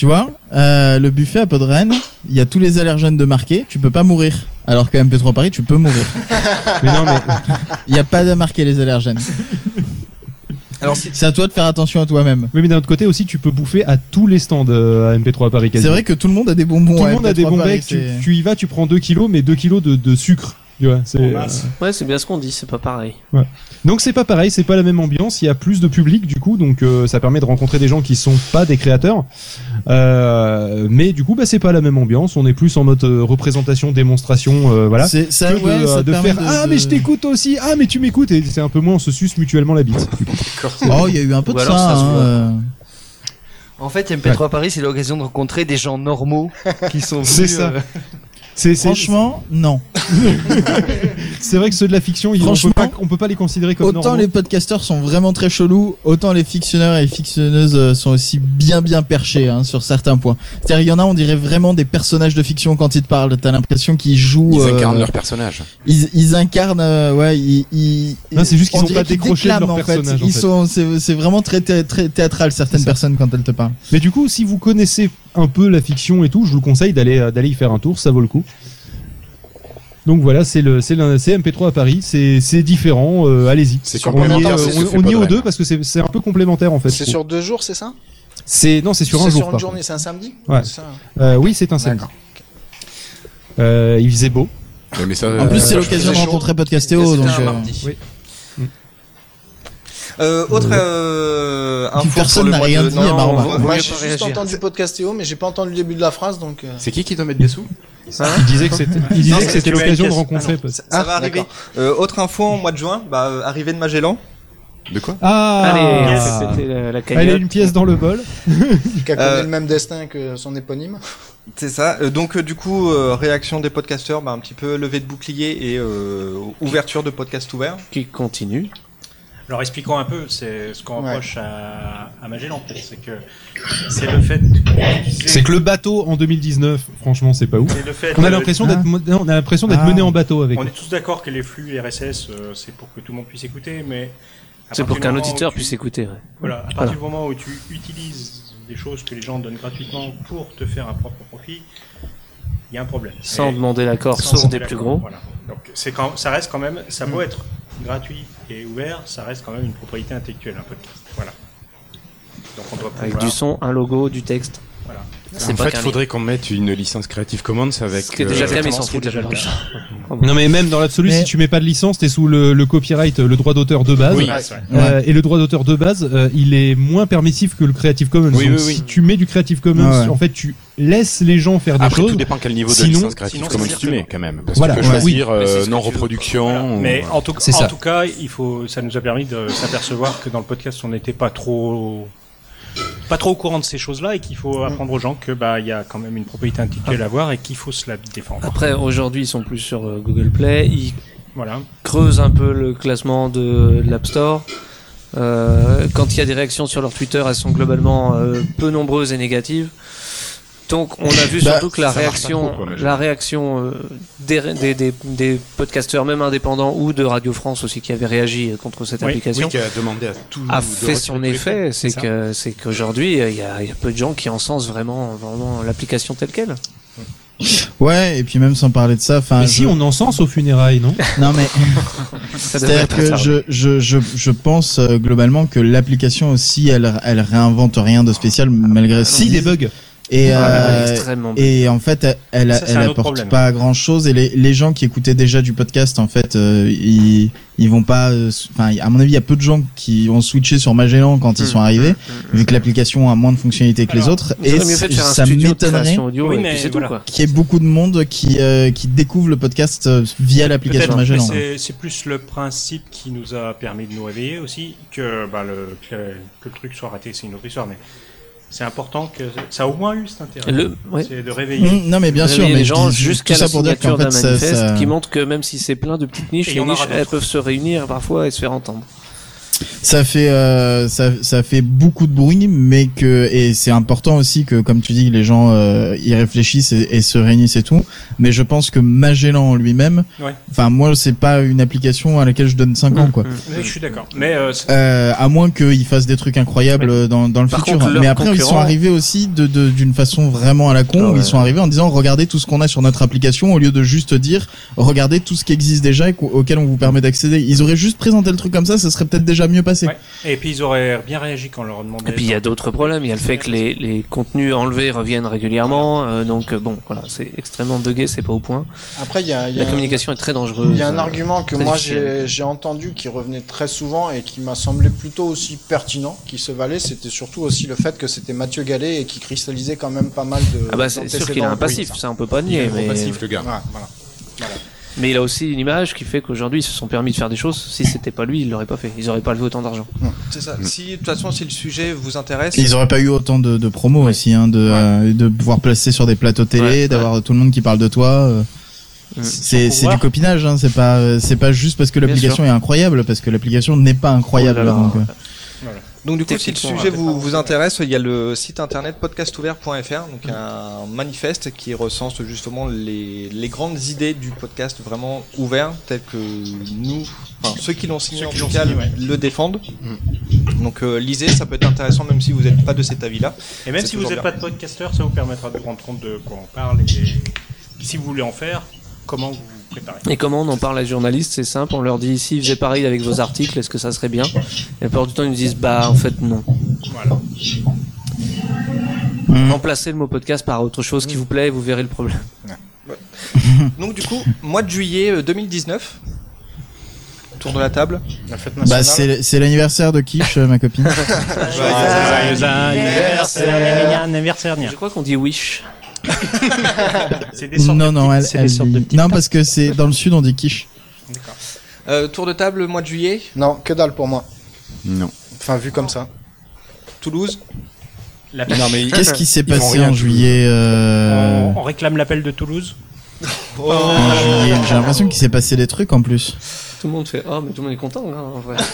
Tu vois, le buffet à Podren, il y a tous les allergènes de marqués, tu peux pas mourir. Alors qu'à MP3 Paris, tu peux mourir. Mais non, mais il y a pas de marquer les allergènes. Alors c'est à toi de faire attention à toi-même. Oui, mais d'un autre côté aussi, tu peux bouffer à tous les stands à MP3 à Paris. C'est vrai que tout le monde a des bonbons. Tout le monde a des bonbons. Tu y vas, tu prends 2 kilos, mais 2 kilos de sucre. Tu vois, ouais, c'est bien ce qu'on dit, c'est pas pareil. Ouais. Donc c'est pas pareil, c'est pas la même ambiance. Il y a plus de public du coup, donc ça permet de rencontrer des gens qui sont pas des créateurs. Mais du coup, bah c'est pas la même ambiance. On est plus en mode représentation, démonstration, voilà. C'est ça, que de faire mais je t'écoute aussi. Ah mais tu m'écoutes et c'est un peu moins on se suce mutuellement la bite. Oh, il y a eu un peu de ça. En fait, MP3 Paris, c'est l'occasion de rencontrer des gens normaux qui sont venus. C'est ça. Franchement, non. C'est vrai que ceux de la fiction, on peut pas les considérer comme normaux. Autant les podcasteurs sont vraiment très chelous, autant les fictionneurs et les fictionneuses sont aussi bien perchés sur certains points. C'est-à-dire, il y en a, on dirait vraiment des personnages de fiction quand ils te parlent. T'as l'impression qu'ils jouent. Ils incarnent leur personnage. Ils incarnent, Non, c'est juste qu'ils ont pas décroché de leur personnage. Ils sont, c'est vraiment très théâtral certaines personnes quand elles te parlent. Mais du coup, si vous connaissez un peu la fiction et tout, je vous conseille d'aller y faire un tour, ça vaut le coup. Donc voilà, c'est MP3 à Paris, c'est différent, allez-y. On y est aux deux parce que c'est un peu complémentaire en fait. C'est sur 2 jours, c'est ça? Non, c'est sur un jour. C'est sur une journée, c'est un samedi? Ouais. Oui, c'est un samedi. Il faisait beau. Ouais, mais ça, en plus, c'est l'occasion de rencontrer Podcastéo, donc. Oui. Autre info personne n'a rien dit à Marma. Moi j'ai juste entendu Podcastéo, mais j'ai pas entendu le début de la phrase, donc. C'est qui doit mettre des sous? Il disait que c'était l'occasion de rencontrer. Ça va arriver. Autre info en mois de juin, arrivée de Magellan. De quoi? Allez, c'était la cagnotte. Elle a une pièce dans le bol. Qui a connu le même destin que son éponyme. C'est ça. Donc du coup, réaction des podcasteurs, un petit peu levée de bouclier et ouverture de podcast ouvert. Qui continue. Alors expliquons un peu, c'est ce qu'on reproche à Magellan, c'est que c'est le fait. C'est que le bateau en 2019, franchement, c'est pas ouf. On a l'impression d'être mené en bateau avec. On est tous d'accord que les flux RSS, c'est pour que tout le monde puisse écouter, mais c'est pour qu'un auditeur puisse écouter. Ouais. Voilà, à partir du moment où tu utilises des choses que les gens donnent gratuitement pour te faire un propre profit, il y a un problème. Sans demander l'accord, sauf des plus gros. Voilà. Donc ça reste quand même, ça peut être gratuit et ouvert, ça reste quand même une propriété intellectuelle, un podcast. Voilà. Donc on doit pouvoir... Avec du son, un logo, du texte. Voilà. En fait, il faudrait qu'on mette une licence Creative Commons avec. Ce qui est déjà fait, mais ils s'en foutent déjà. Non, mais même dans l'absolu, si tu mets pas de licence, t'es sous le copyright, le droit d'auteur de base. Oui. Et le droit d'auteur de base, il est moins permissif que le Creative Commons. Donc, si tu mets du Creative Commons, en fait, tu laisses les gens faire des choses. Tout dépend quel niveau de licence Creative Commons tu mets, quand même. Parce que tu peux choisir non-reproduction. Mais en tout cas, ça nous a permis de s'apercevoir que dans le podcast, on n'était pas trop au courant de ces choses-là et qu'il faut apprendre aux gens que il y a quand même une propriété intellectuelle à avoir et qu'il faut se la défendre. Après, aujourd'hui, ils sont plus sur Google Play, ils creusent un peu le classement de l'App Store. Quand il y a des réactions sur leur Twitter, elles sont globalement peu nombreuses et négatives. Donc on a vu surtout que la réaction des podcasteurs même indépendants ou de Radio France aussi qui avaient réagi contre cette application, qui a demandé à tout a fait son effet. C'est qu'aujourd'hui il y a peu de gens qui encensent vraiment l'application telle quelle. Ouais, et puis même sans parler de ça, mais si on encense aux funérailles, non? Non mais c'est-à-dire que je pense globalement que l'application aussi elle réinvente rien de spécial malgré des bugs. Et en fait, elle apporte pas grand chose. Et les gens qui écoutaient déjà du podcast, en fait, ils vont pas. Enfin, à mon avis, il y a peu de gens qui ont switché sur Magellan quand ils sont arrivés, vu que l'application a moins de fonctionnalités que les autres. Et ça m'étonnerait qu'il y ait beaucoup de monde qui découvre le podcast via l'application Magellan. C'est plus le principe qui nous a permis de nous réveiller aussi que le truc soit raté, c'est une autre histoire, mais. C'est important que ça a au moins eu cet intérêt. C'est de réveiller. Non, mais bien sûr, mais les gens jusqu'à la signature d'un manifeste ça... qui montre que même si c'est plein de petites niches, les niches elles peuvent se réunir parfois et se faire entendre. Ça fait beaucoup de bruit, mais et c'est important aussi que, comme tu dis, les gens y réfléchissent et se réunissent et tout. Mais je pense que Magellan en lui-même, enfin moi c'est pas une application à laquelle je donne 5 ans quoi. Oui, je suis d'accord. Mais à moins qu'ils fassent des trucs incroyables dans le futur. Contre, mais après ils sont arrivés aussi d'une façon vraiment à la con. Où ils sont arrivés en disant regardez tout ce qu'on a sur notre application au lieu de juste dire regardez tout ce qui existe déjà et auquel on vous permet d'accéder. Ils auraient juste présenté le truc comme ça serait peut-être déjà mieux passé. Ouais. Et puis ils auraient bien réagi quand on leur demandait. Et puis il y a d'autres problèmes. Il y a le fait que les contenus enlevés reviennent régulièrement. Donc bon, voilà, c'est extrêmement buggé, c'est pas au point. Après, la communication est très dangereuse. Il y a un argument que moi j'ai entendu qui revenait très souvent et qui m'a semblé plutôt aussi pertinent, qui se valait. C'était surtout aussi le fait que c'était Mathieu Gallet et qui cristallisait quand même pas mal de. Ah bah c'est sûr qu'il a un passif, ça on peut pas nier. Mais passif le gars. Voilà. Mais il a aussi une image qui fait qu'aujourd'hui ils se sont permis de faire des choses. Si c'était pas lui, ils l'auraient pas fait. Ils auraient pas levé autant d'argent. C'est ça. Si de toute façon, si le sujet vous intéresse, ils auraient pas eu autant de promos aussi, hein, de pouvoir placer sur des plateaux télé, d'avoir tout le monde qui parle de toi. C'est du copinage, hein. C'est pas juste parce que l'application est incroyable, parce que l'application n'est pas incroyable. Donc du coup, si le sujet vous intéresse, il y a le site internet podcastouvert.fr, donc un manifeste qui recense justement les grandes idées du podcast vraiment ouvert, tel que nous, enfin ceux qui l'ont signé en tout cas, le défendent. Donc lisez, ça peut être intéressant même si vous n'êtes pas de cet avis-là. Et même si vous n'êtes pas de podcasteur, ça vous permettra de vous rendre compte de quoi on parle et si vous voulez en faire, comment vous préparez. Et comment on en parle à les journalistes, c'est simple, on leur dit si vous faites pareil avec vos articles, est-ce que ça serait bien? Et la plupart du temps ils nous disent bah en fait non. Voilà. Remplacez le mot podcast par autre chose qui vous plaît et vous verrez le problème. Donc du coup, mois de juillet 2019, tour de la table. La fête nationale. Bah c'est l'anniversaire de Quiche, ma copine. Joyeux anniversaire. Je crois qu'on dit wish. C'est des sortes de petites non, parce que c'est dans le sud on dit quiche. D'accord. Tour de table mois de juillet. Non, que dalle pour moi. Non. Enfin vu comme ça. Toulouse. Non, mais qu'est-ce qui s'est passé en juillet on réclame l'appel de Toulouse. En juillet, j'ai l'impression qu'il s'est passé des trucs en plus. Tout le monde fait mais tout le monde est content hein, en vrai.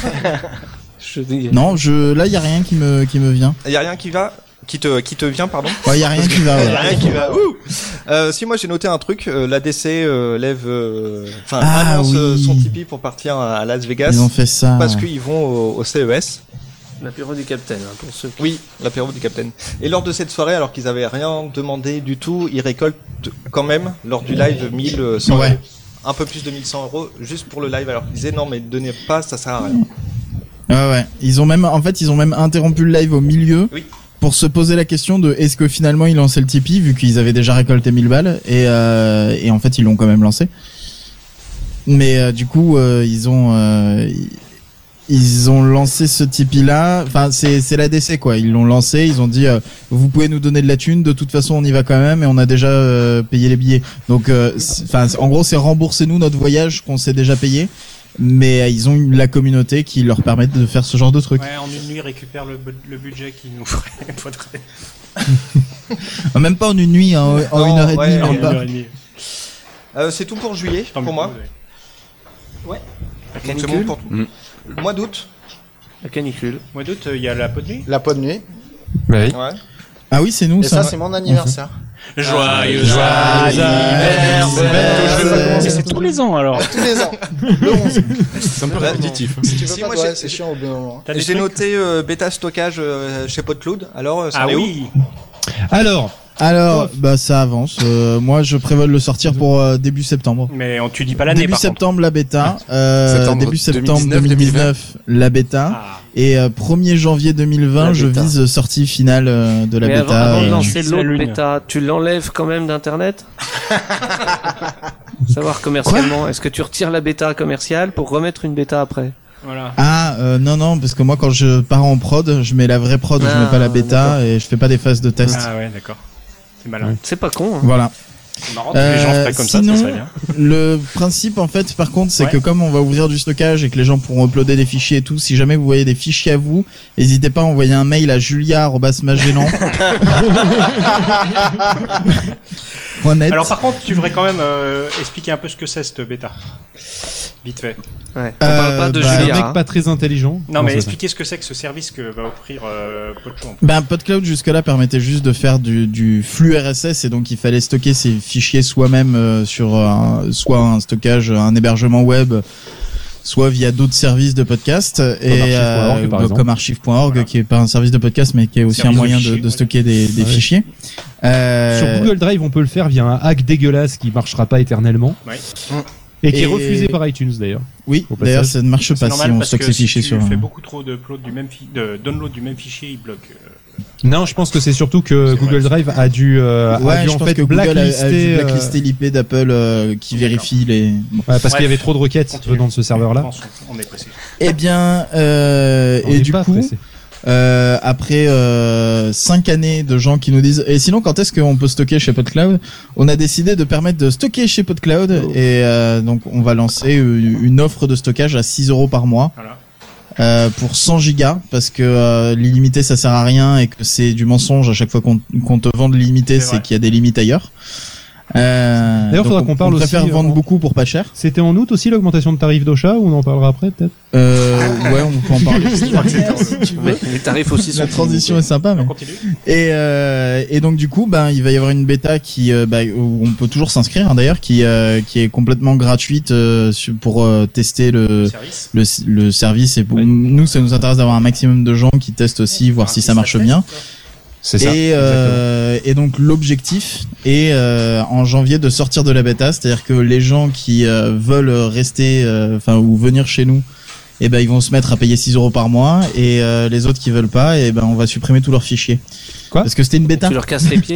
Non, là il y a rien qui me vient. Il y a rien qui va. Qui te vient, pardon. Ouais, y a rien qui va. Y a rien qui va. Si moi j'ai noté un truc, l'ADC annonce son Tipeee pour partir à Las Vegas. Ils ont fait ça parce qu'ils vont au CES. L'apéro du Capitaine, hein, pour ceux qui... Oui, l'apéro du Capitaine. Et lors de cette soirée, alors qu'ils avaient rien demandé du tout, ils récoltent quand même lors du live 1100 euros. Un peu plus de 1100 euros juste pour le live. Alors qu'ils disaient non mais donnez pas, ça sert à rien. Ouais. Ils ont même interrompu le live au milieu. Oui. Pour se poser la question de est-ce que finalement ils lançaient le Tipeee vu qu'ils avaient déjà récolté 1000 balles et en fait ils l'ont quand même lancé. Mais du coup ils ont lancé ce Tipeee là. Enfin c'est l'ADC quoi. Ils l'ont lancé. Ils ont dit vous pouvez nous donner de la thune. De toute façon on y va quand même et on a déjà payé les billets. Donc en gros c'est remboursez-nous notre voyage qu'on s'est déjà payé. Mais ils ont la communauté qui leur permet de faire ce genre de truc. Ouais, en une nuit, ils récupèrent le budget qu'ils nous faudrait. Même pas en une nuit, en 1h30. C'est tout pour juillet, pour moi. Ouais. La canicule. Mois d'août. La canicule. Mois d'août, il y a la peau de nuit. La peau de nuit. Oui. Ouais. Ah oui, c'est nous. Et ça c'est mon anniversaire. Joyeux anniversaire. C'est tous les ans alors. Tous les ans. Le 11. C'est un peu répétitif. Si tu veux pas, c'est chiant au bout d'un moment. J'ai noté bêta stockage chez PodCloud. Alors ça est où? Alors, bah ça avance. Moi, je prévois de le sortir pour début septembre. Mais tu dis pas l'année. Début septembre la bêta. Début septembre 2019 la bêta. Et 1er janvier 2020, je vise sortie finale de la bêta. Avant de lancer l'autre bêta, tu l'enlèves quand même d'internet. Savoir commercialement, est-ce que tu retires la bêta commerciale pour remettre une bêta après? Voilà. Non, parce que moi quand je pars en prod, je mets la vraie prod, je mets pas la bêta et je fais pas des phases de test. Ah ouais, d'accord. C'est malin. C'est pas con. Hein. Voilà. C'est marrant que les gens feraient comme sinon, ça serait bien. Le principe en fait par contre c'est que comme on va ouvrir du stockage et que les gens pourront uploader des fichiers et tout, si jamais vous voyez des fichiers à vous, n'hésitez pas à envoyer un mail à julia@magellan. Alors par contre tu devrais quand même expliquer un peu ce que c'est cette bêta. Vite fait. Ouais. On parle pas de un Julia. mec pas très intelligent. Non, mais expliquez ce que c'est que ce service que va offrir PodCloud. PodCloud jusque-là permettait juste de faire du flux RSS et donc il fallait stocker ses fichiers soi-même sur soit un stockage, un hébergement web, soit via d'autres services de podcast comme archive.org qui est pas un service de podcast mais qui est aussi un moyen de stocker des fichiers. Sur Google Drive, on peut le faire via un hack dégueulasse qui marchera pas éternellement. Ouais. Et qui est refusé par iTunes d'ailleurs. Oui, d'ailleurs ça ne marche pas si on stocke ses fichiers sur. Si tu fais beaucoup trop de download du même fichier, il bloque. Non, je pense que c'est surtout que Google Drive a dû en fait blacklister l'IP d'Apple qui vérifie les. Ouais, parce qu'il y avait trop de requêtes venant de ce serveur-là. On est pressé. Eh bien, et du coup. Après 5 années de gens qui nous disent et sinon quand est-ce qu'on peut stocker chez PodCloud, on a décidé de permettre de stocker chez PodCloud et donc on va lancer une offre de stockage à 6 € par mois. Voilà. Pour 100 gigas parce que l'illimité ça sert à rien et que c'est du mensonge à chaque fois qu'on te vend de l'illimité, c'est qu'il y a des limites ailleurs. D'ailleurs, il faudra qu'on parle aussi. On préfère vendre beaucoup pour pas cher. C'était en août aussi l'augmentation de tarifs d'Ocha ou on en parlera après peut-être ouais, on peut en parler. Si tu veux. Les tarifs aussi sont. La transition est sympa. Mais... Et donc du coup, il va y avoir une bêta où on peut toujours s'inscrire d'ailleurs, qui est complètement gratuite pour tester le service. Et pour nous, ça nous intéresse d'avoir un maximum de gens qui testent aussi, voir si ça marche bien. C'est ça. Et donc l'objectif est en janvier de sortir de la bêta, c'est-à-dire que les gens qui veulent rester, ou venir chez nous, ils vont se mettre à payer 6 € par mois, et les autres qui veulent pas, on va supprimer tous leurs fichiers. Quoi ? Parce que c'était une bêta. Tu leur casses les pieds.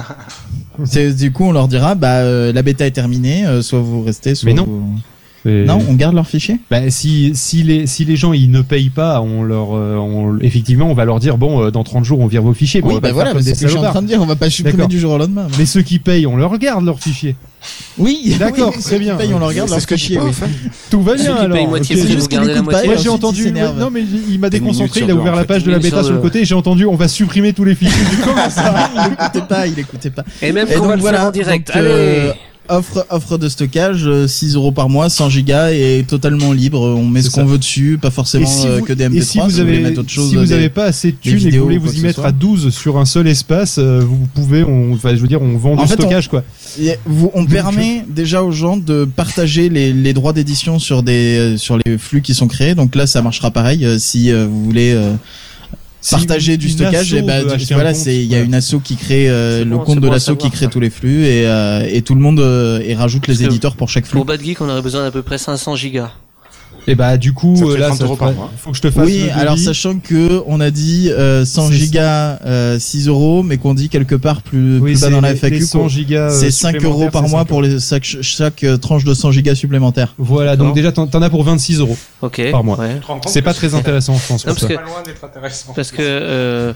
Du coup, on leur dira, la bêta est terminée, soit vous restez, soit Mais non. vous... Non, on garde leurs fichiers. Si les gens ils ne payent pas, effectivement on va leur dire dans 30 jours on vire vos fichiers. Oui, voilà, c'est ce que je suis en train de dire, on va pas supprimer du jour au lendemain. Mais ceux qui payent, on leur garde leurs fichiers. Oui, d'accord, très bien. Ceux qui payent, on leur garde leurs fichiers. Tout va bien alors. Vous gardez la moitié. Moi j'ai entendu. Non mais il m'a déconcentré, il a ouvert la page de la bêta sur le côté et j'ai entendu on va supprimer tous les fichiers. Comment ça ? Il écoutait pas. Et même qu'on va le faire en direct. Allez. Offre de stockage, 6 € par mois, 100 gigas et totalement libre. On met ce qu'on veut dessus, pas forcément que des MP3. Et si vous avez pas assez de thunes et que vous voulez vous y mettre à 12 sur un seul espace, vous pouvez, on vend du stockage quoi. On permet déjà aux gens de partager les droits d'édition sur les flux qui sont créés. Donc là, ça marchera pareil. Si vous voulez partager du stockage, il y a une asso qui crée le compte de l'asso qui crée tous les flux et tout le monde et rajoute les éditeurs pour chaque flux. Pour Bad Geek, on aurait besoin d'à peu près 500 gigas. Et du coup là ça faut que je te fasse. Oui, alors sachant que on a dit 100 gigas 6 €, mais qu'on dit quelque part plus bas dans la FAQ, c'est 5 € par mois pour chaque tranche de 100 gigas supplémentaires. Voilà, donc déjà t'en as pour 26 € par mois. Ouais. C'est pas très intéressant, je pense. C'est pas loin d'être intéressant. Parce que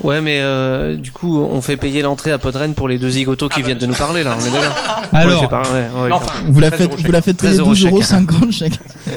du coup on fait payer l'entrée à Podren pour les 2 zigotos qui viennent de nous parler là. On est d'accord. Alors, vous la faites payer 12,50 € chacun.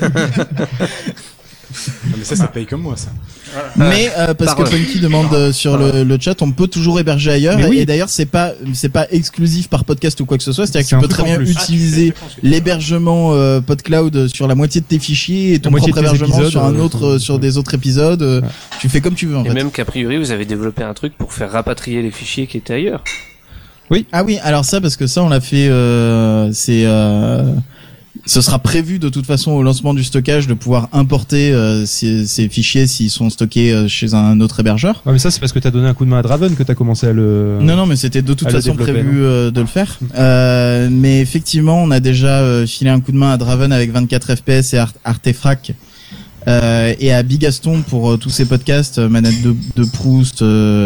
Mais ça paye comme moi ça. Mais parce que Punky demande sur le chat, on peut toujours héberger ailleurs. Et d'ailleurs c'est pas exclusif par podcast ou quoi que ce soit. C'est-à-dire que tu peux très bien utiliser l'hébergement PodCloud sur la moitié de tes fichiers et ton propre hébergement sur un autre sur des autres épisodes. Tu fais comme tu veux en fait. Et même qu'a priori vous avez développé un truc pour faire rapatrier les fichiers qui étaient ailleurs. Oui. Ah oui, alors ça parce que ça on l'a fait ce sera prévu de toute façon au lancement du stockage de pouvoir importer ces fichiers s'ils sont stockés chez un autre hébergeur. Ouais, mais ça c'est parce que t'as donné un coup de main à Draven que t'as commencé à le. Non, mais c'était de toute façon prévu de le faire. Mais effectivement, on a déjà filé un coup de main à Draven avec 24 FPS et Artefrac. Et à Bigaston pour tous ces podcasts, Manette de Proust,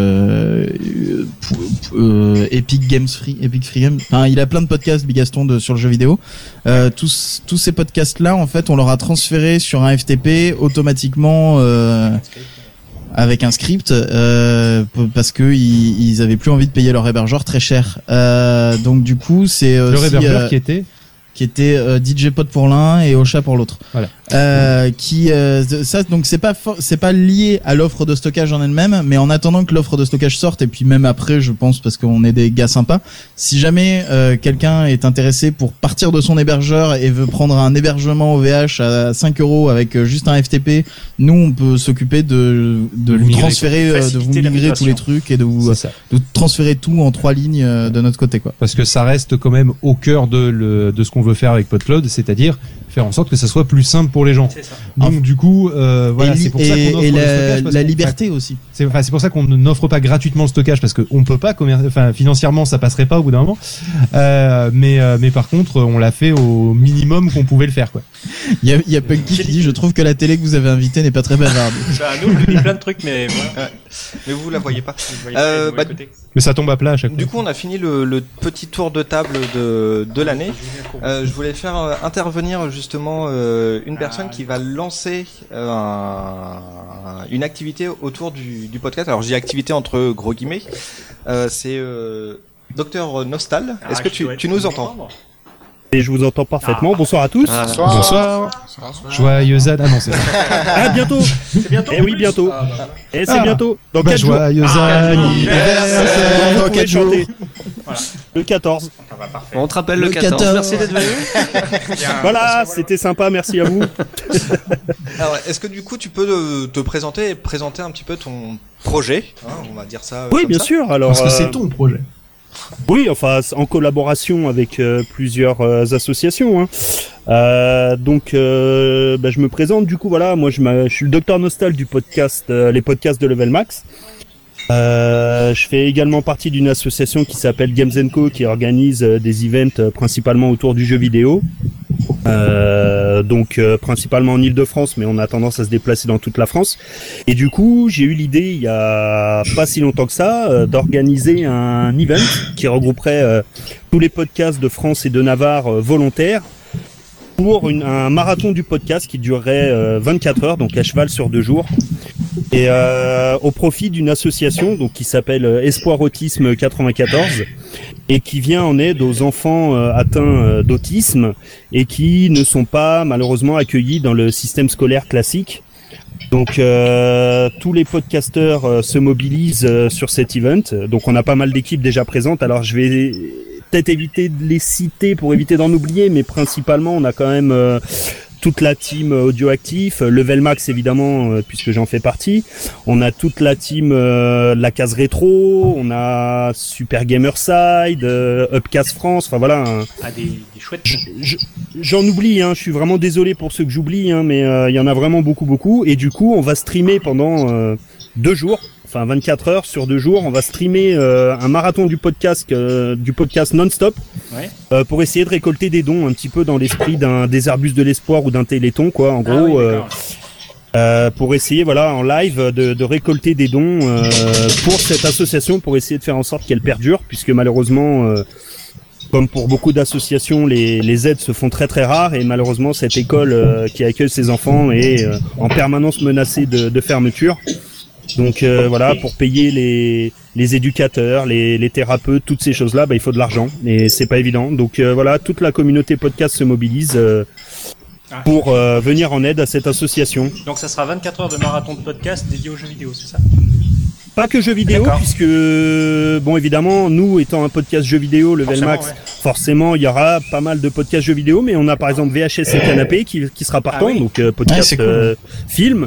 Epic Free Games. Enfin, il a plein de podcasts Bigaston sur le jeu vidéo. Tous ces podcasts là, en fait, on leur a transféré sur un FTP automatiquement avec un script parce que ils avaient plus envie de payer leur hébergeur très cher. Donc du coup, c'est le hébergeur qui était qui était DJ Pod pour l'un et Ocha pour l'autre. Voilà. Ça, donc c'est pas lié à l'offre de stockage en elle-même, mais en attendant que l'offre de stockage sorte, et puis même après, je pense, parce qu'on est des gars sympas, si jamais quelqu'un est intéressé pour partir de son hébergeur et veut prendre un hébergement OVH à 5 € avec juste un FTP, nous on peut s'occuper de vous transférer, de vous migrer tous les trucs et de vous transférer tout en 3 lignes de notre côté, quoi. Parce que ça reste quand même au cœur de ce qu'on veut faire avec PodCloud, c'est-à-dire faire en sorte que ça soit plus simple pour les gens. Donc du coup, voilà, c'est pour ça qu'on offre le stockage, la liberté aussi. C'est pour ça qu'on n'offre pas gratuitement le stockage, parce qu'on peut pas, financièrement ça passerait pas au bout d'un moment. Mais par contre, on l'a fait au minimum qu'on pouvait le faire, quoi. Il y a Punky qui dit, je trouve que la télé que vous avez invitée n'est pas très bavarde. Nous, on dit plein de trucs, mais voilà. Ouais. Mais vous la voyez pas. Mais ça tombe à plat à chaque fois. Du coup, on a fini le petit tour de table de l'année. Je voulais faire intervenir justement une personne qui va lancer une activité autour du podcast. Alors, j'ai activité entre gros guillemets. C'est Docteur Nostal. Est-ce que tu nous entends? Et je vous entends parfaitement. Bonsoir à tous. Bonsoir. Joyeux Anne. Ah non, c'est Ah, bientôt. C'est bientôt. Eh oui, bientôt. Et c'est bientôt. Dans 4 jours. Joyeux anniversaire. Dans 4 jours. Voilà. Le 14. On te rappelle le 14. Merci d'être venu. Voilà, c'était sympa. Merci à vous. Alors, est-ce que du coup, tu peux te présenter un petit peu ton projet, hein, on va dire ça. Oui, bien sûr. Alors, parce que c'est ton projet. Oui, enfin, en collaboration avec plusieurs associations. Hein. Donc, je me présente. Du coup, voilà, moi, je suis le Docteur Nostal du podcast, les podcasts de Level Max. Je fais également partie d'une association qui s'appelle Games & Co, qui organise des events principalement autour du jeu vidéo. Donc principalement en Île-de-France, mais on a tendance à se déplacer dans toute la France. Et du coup, j'ai eu l'idée il y a pas si longtemps que ça d'organiser un event qui regrouperait tous les podcasts de France et de Navarre volontaires pour un marathon du podcast qui durerait 24 heures, donc à cheval sur 2 jours. Et au profit d'une association donc qui s'appelle Espoir Autisme 94 et qui vient en aide aux enfants atteints d'autisme et qui ne sont pas malheureusement accueillis dans le système scolaire classique. Donc tous les podcasteurs se mobilisent sur cet event. Donc on a pas mal d'équipes déjà présentes. Alors je vais peut-être éviter de les citer pour éviter d'en oublier, mais principalement on a quand même toute la team Audioactif, Level Max évidemment puisque j'en fais partie. On a toute la team la case rétro, on a Super Gamerside, Upcast France, enfin voilà. Des chouettes. J'en oublie, hein, je suis vraiment désolé pour ceux que j'oublie, hein, mais il y en a vraiment beaucoup. Et du coup, on va streamer pendant 2 jours. Enfin 24 heures sur 2 jours, on va streamer un marathon du podcast non-stop pour essayer de récolter des dons un petit peu dans l'esprit des Airbus de l'espoir ou d'un Téléthon quoi. En gros, pour essayer voilà en live de récolter des dons pour cette association pour essayer de faire en sorte qu'elle perdure puisque malheureusement comme pour beaucoup d'associations, les aides se font très très rares et malheureusement cette école qui accueille ces enfants est en permanence menacée de fermeture. Donc voilà, pour payer les éducateurs, les thérapeutes, toutes ces choses-là, il faut de l'argent et c'est pas évident. Donc voilà, toute la communauté podcast se mobilise pour venir en aide à cette association. Donc ça sera 24 heures de marathon de podcast dédié aux jeux vidéo, c'est ça? Pas que jeux vidéo, puisque bon évidemment, nous étant un podcast jeux vidéo, Level Max, forcément il y aura pas mal de podcasts jeux vidéo, mais on a par exemple VHS et Canapé qui sera partant, donc podcast cool. Film.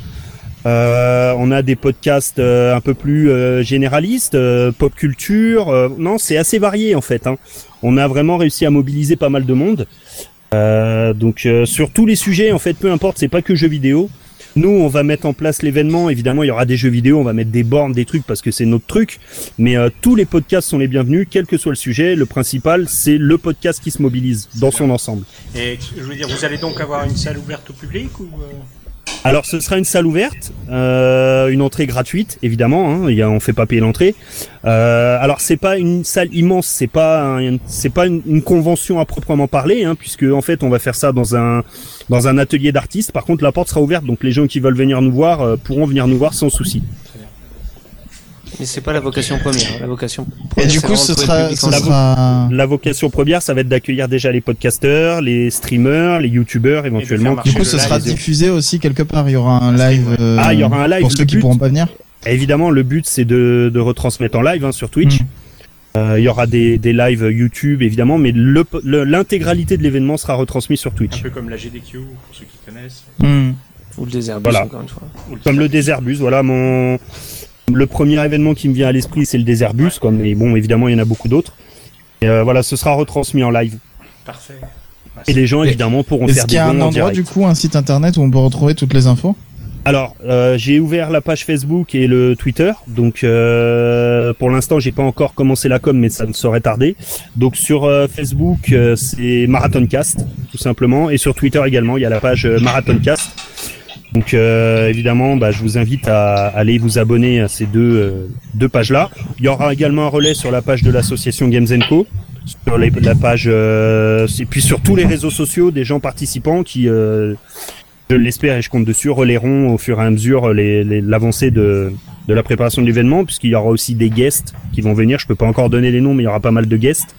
On a des podcasts un peu plus généralistes, pop culture. Non, c'est assez varié en fait. Hein. On a vraiment réussi à mobiliser pas mal de monde. Donc sur tous les sujets, en fait, peu importe, c'est pas que jeux vidéo. Nous, on va mettre en place l'événement. Évidemment, il y aura des jeux vidéo, on va mettre des bornes, des trucs parce que c'est notre truc. Mais tous les podcasts sont les bienvenus, quel que soit le sujet. Le principal, c'est le podcast qui se mobilise dans son ensemble. Et je veux dire, vous allez donc avoir une salle ouverte au public ou Alors, ce sera une salle ouverte, une entrée gratuite, évidemment. Hein, on fait pas payer l'entrée. Alors, c'est pas une salle immense, c'est pas une convention à proprement parler, hein, puisque en fait, on va faire ça dans un atelier d'artistes. Par contre, la porte sera ouverte, donc les gens qui veulent venir nous voir pourront venir nous voir sans souci. Mais c'est pas la vocation première. La vocation Et première, du c'est coup, vraiment La vocation première, ça va être d'accueillir déjà les podcasteurs, les streamers, les youtubeurs éventuellement. Du coup, ce sera diffusé aussi quelque part. Il y aura un live. Il y aura un live pour ceux qui pourront pas venir. Évidemment, le but c'est de retransmettre en live sur Twitch. Il y aura des lives YouTube évidemment, mais l'intégralité de l'événement sera retransmis sur Twitch. Un peu comme la GDQ pour ceux qui connaissent. Ou le Déserbus encore une fois. Comme le Déserbus, voilà le premier événement qui me vient à l'esprit, c'est le Déserbus, mais bon, évidemment, il y en a beaucoup d'autres. Et voilà, ce sera retransmis en live. Parfait. Et les gens évidemment pourront faire des dons en direct. Est-ce qu'il y a un endroit du coup, un site internet où on peut retrouver toutes les infos? Alors, j'ai ouvert la page Facebook et le Twitter, donc pour l'instant j'ai pas encore commencé la com, mais ça ne saurait tarder. Donc sur Facebook c'est Marathoncast tout simplement, et sur Twitter également il y a la page Marathoncast. Donc évidemment, je vous invite à aller vous abonner à ces deux pages-là. Il y aura également un relais sur la page de l'association Games & Co, sur la page, et puis sur tous les réseaux sociaux des gens participants qui je l'espère et je compte dessus, relayeront au fur et à mesure l'avancée de la préparation de l'événement, puisqu'il y aura aussi des guests qui vont venir. Je peux pas encore donner les noms, mais il y aura pas mal de guests.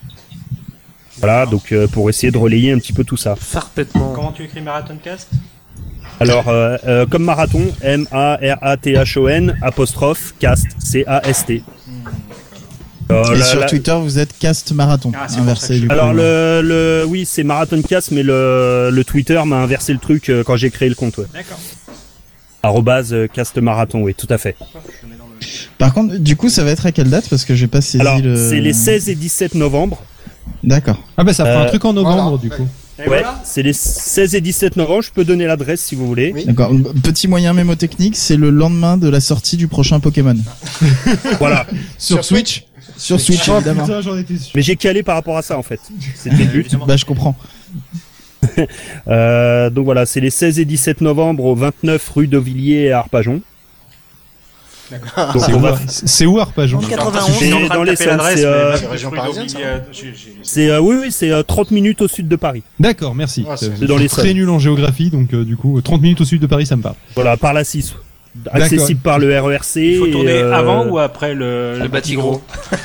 Voilà, donc pour essayer de relayer un petit peu tout ça. Parfaitement. Comment tu écris Marathoncast? Alors, comme marathon, M-A-R-A-T-H-O-N, apostrophe, cast, C-A-S-T. Et sur Twitter, vous êtes Cast Marathon, inversé du coup. Alors oui, c'est Marathoncast, mais le Twitter m'a inversé le truc quand j'ai créé le compte. Ouais. D'accord. @Cast Marathon, oui, tout à fait. Par contre, du coup, ça va être à quelle date? Parce que j'ai pas saisi c'est les 16 et 17 novembre. D'accord. Ah ça fera un truc en novembre du coup. C'est les 16 et 17 novembre. Je peux donner l'adresse si vous voulez. Oui. D'accord. Petit moyen mémotechnique, c'est le lendemain de la sortie du prochain Pokémon. Voilà. Sur Switch. Sur Switch, évidemment. Putain, j'en étais sûr. Mais j'ai calé par rapport à ça en fait. C'était le but. Je comprends. Donc voilà, c'est les 16 et 17 novembre au 29 rue d'Auvilliers à Arpajon. D'accord. C'est où Arpajon? 91. C'est dans les Essonnes, c'est 30 minutes au sud de Paris. D'accord, merci. C'est dans les très nul en géographie, donc du coup 30 minutes au sud de Paris, ça me parle. Voilà, par la 6. Accessible par le RERC. Il faut tourner avant ou après le Batigros?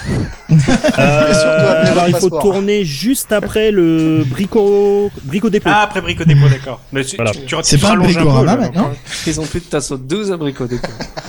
Il faut tourner juste après le Brico Dépôt. Ah, après Brico Dépôt, d'accord. Mais voilà. C'est pas un Bricorama maintenant? Ils ont plus de tasse 12 à Brico Dépôt.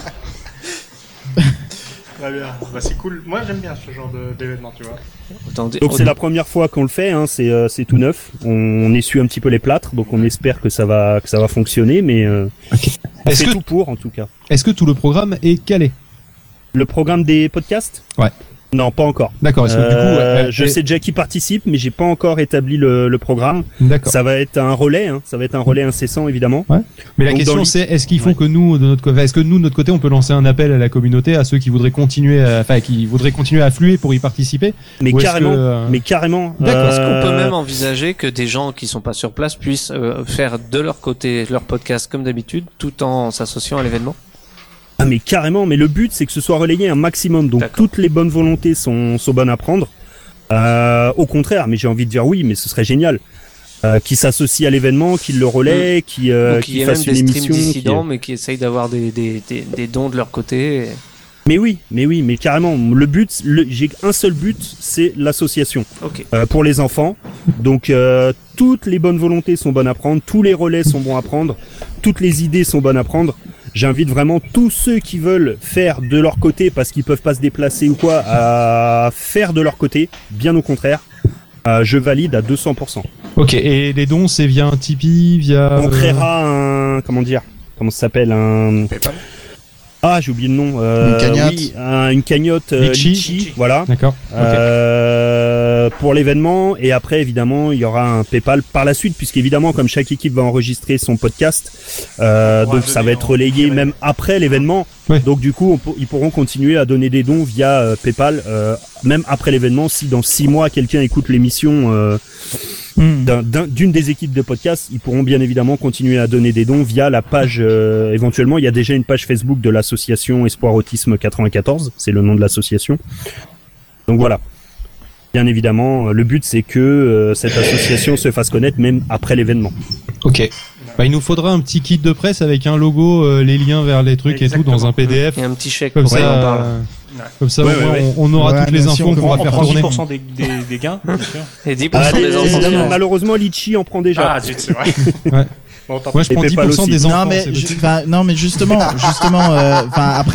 Très bien. C'est cool. Moi, j'aime bien ce genre d'événement, tu vois. Donc c'est la première fois qu'on le fait, c'est tout neuf. On essuie un petit peu les plâtres, donc on espère que ça va fonctionner, mais on fait tout pour en tout cas. Est-ce que tout le programme est calé? Le programme des podcasts? Ouais. Non, pas encore. D'accord. Est-ce que du coup, je sais déjà qui participe, mais j'ai pas encore établi le programme. D'accord. Ça va être un relais, ça va être un relais incessant évidemment. Ouais. Mais la question c'est, est-ce qu'il faut que nous, de notre côté, on peut lancer un appel à la communauté, à ceux qui voudraient continuer, à affluer pour y participer? Mais carrément. D'accord. Est-ce qu'on peut même envisager que des gens qui sont pas sur place puissent faire de leur côté leur podcast comme d'habitude, tout en s'associant à l'événement? Ah mais carrément, mais le but c'est que ce soit relayé un maximum, donc toutes les bonnes volontés sont bonnes à prendre. Au contraire, mais j'ai envie de dire oui, mais ce serait génial. Qui s'associe à l'événement, qui le relaie, qui fasse une émission, dissidents, mais qui essaye d'avoir des dons de leur côté. Mais carrément. Le but, j'ai un seul but, c'est l'association. Okay. Pour les enfants. Donc toutes les bonnes volontés sont bonnes à prendre, tous les relais sont bons à prendre, toutes les idées sont bonnes à prendre. J'invite vraiment tous ceux qui veulent faire de leur côté, parce qu'ils peuvent pas se déplacer ou quoi, à faire de leur côté. Bien au contraire, je valide à 200%. Ok. Et les dons, c'est via un Tipeee, via. On créera comment ça s'appelle, PayPal. Ah, j'ai oublié le nom. Une cagnotte. Oui, une cagnotte Litchi, voilà. D'accord. Pour l'événement, et après évidemment il y aura un PayPal par la suite, puisqu'évidemment comme chaque équipe va enregistrer son podcast, donc ça va être relayé même après l'événement. Ouais. Donc du coup ils pourront continuer à donner des dons via PayPal même après l'événement, si dans 6 mois quelqu'un écoute l'émission d'une des équipes de podcast, ils pourront bien évidemment continuer à donner des dons via la page, éventuellement il y a déjà une page Facebook de l'association Espoir Autisme 94, c'est le nom de l'association. Donc voilà. Bien évidemment, le but c'est que cette association se fasse connaître même après l'événement. Ok. Bah, il nous faudra un petit kit de presse avec un logo, les liens vers les trucs Exactement. et tout dans un PDF. Et un petit chèque Comme pour ça, qu'on en parle. Comme ça, au moins, on aura toutes les infos qu'on pourra faire tourner. 10% des gains, bien sûr. Et 10% des enfants. Malheureusement, Litchi en prend déjà. Ah, zut, c'est vrai. Ouais. Moi, je prends 10% des enfants. Non, mais justement, après,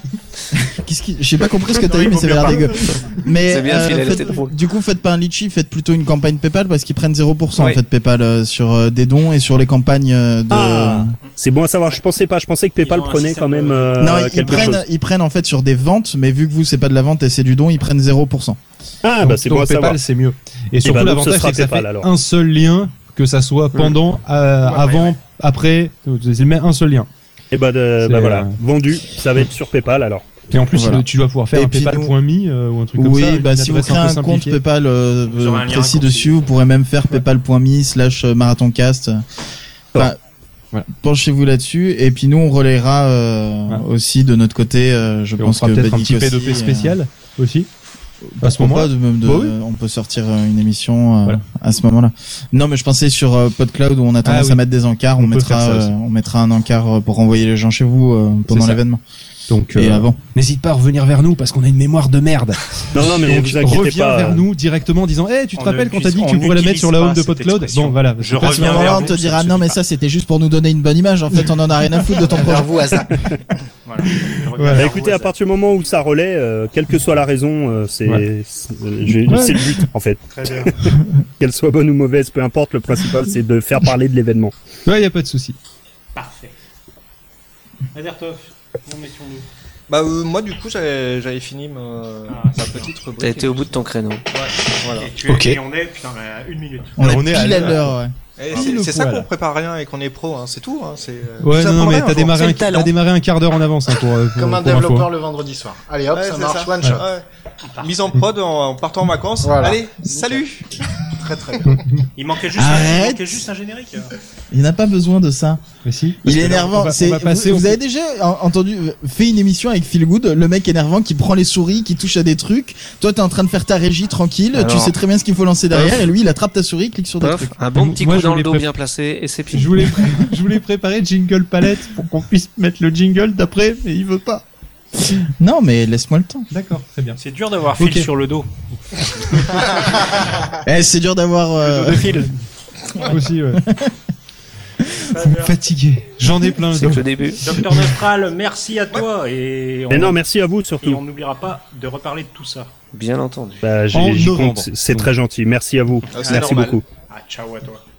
j'ai pas compris ce que t'as dit, mais ça avait l'air dégueu. Mais, c'est bien, c'était drôle. Du coup, faites pas un Litchi, faites plutôt une campagne PayPal parce qu'ils prennent 0% en fait PayPal sur des dons et sur les campagnes de. Ah, c'est bon à savoir. Je pensais que PayPal prenait quand même. Non, ils prennent en fait sur des ventes, mais vu que vous c'est pas de la vente et c'est du don, ils prennent 0%. Ah, bah c'est bon à PayPal, savoir. c'est mieux. Et surtout, l'avantage, c'est que ça fait un seul lien, que ça soit pendant, avant, après, il met un seul lien. Et bah voilà, vendu, ça va être sur PayPal alors. Et en plus, tu dois pouvoir faire un paypal.me ou un truc comme ça. Oui, bah si vous créez un compte PayPal précis dessus, vous pourrez même faire paypal.me/marathoncast. Enfin, penchez-vous là-dessus. Et puis nous, on relayera aussi de notre côté. Je pense on fera que peut-être un petit P2P spécial aussi. À ce moment-là, on peut sortir une émission à ce moment-là. Non, mais je pensais sur PodCloud où on a tendance à mettre des encarts. On mettra un encart pour renvoyer les gens chez vous pendant l'événement. Donc, et avant. N'hésite pas à revenir vers nous parce qu'on a une mémoire de merde. Non, mais donc, vous inquiétez reviens vers nous directement en disant, tu te rappelles quand t'as dit que tu pourrais la mettre sur la home de PodCloud? Bon, voilà. Je reviens vers vous. On te dira, non, mais ça, c'était juste pour nous donner une bonne image. En fait, on en a rien à foutre de ton projet. Vous, à ça. Bah, écoutez, à partir du moment où ça relaie, quelle que soit la raison, c'est le but, en fait. Très bien. Qu'elle soit bonne ou mauvaise, peu importe, le principal, c'est de faire parler de l'événement. Ouais, y a pas de souci. Parfait. Adertov, où mettions-nous? Bah moi du coup j'avais fini ma petite rubrique. T'as été au bout de ton créneau. Ouais, voilà. Et on est putain à 1 minute. On est pile à l'heure, ouais. C'est ça qu'on prépare rien et qu'on est pro, hein, c'est tout. Hein, ouais, non, mais t'as démarré un quart d'heure en avance. Hein, pour comme un développeur le vendredi soir. Allez hop, ça marche, one shot. Mise en prod en partant en vacances. Voilà. Allez, salut. Très bien. Il manquait juste un générique. Il n'a pas besoin de ça. Mais si. Il est énervant. Vous avez déjà entendu fait une émission avec Phil Good, le mec énervant qui prend les souris, qui touche à des trucs. Toi, t'es en train de faire ta régie tranquille. Alors, tu sais très bien ce qu'il faut lancer derrière, et lui, il attrape ta souris, il clique sur des trucs. Un bon petit coup dans le dos bien placé, et c'est fini. Je voulais préparer jingle palette pour qu'on puisse mettre le jingle d'après, mais il veut pas. Non, mais laisse-moi le temps. D'accord, très bien. C'est dur d'avoir Phil sur le dos. C'est dur d'avoir le fil. Aussi, ouais. Vous me fatiguez. J'en ai plein. C'est que le début. Docteur Nostral, merci à toi merci à vous surtout. Et on n'oubliera pas de reparler de tout ça. Bien entendu. C'est très gentil. Merci à vous. Ah, merci beaucoup. Ah, ciao à toi.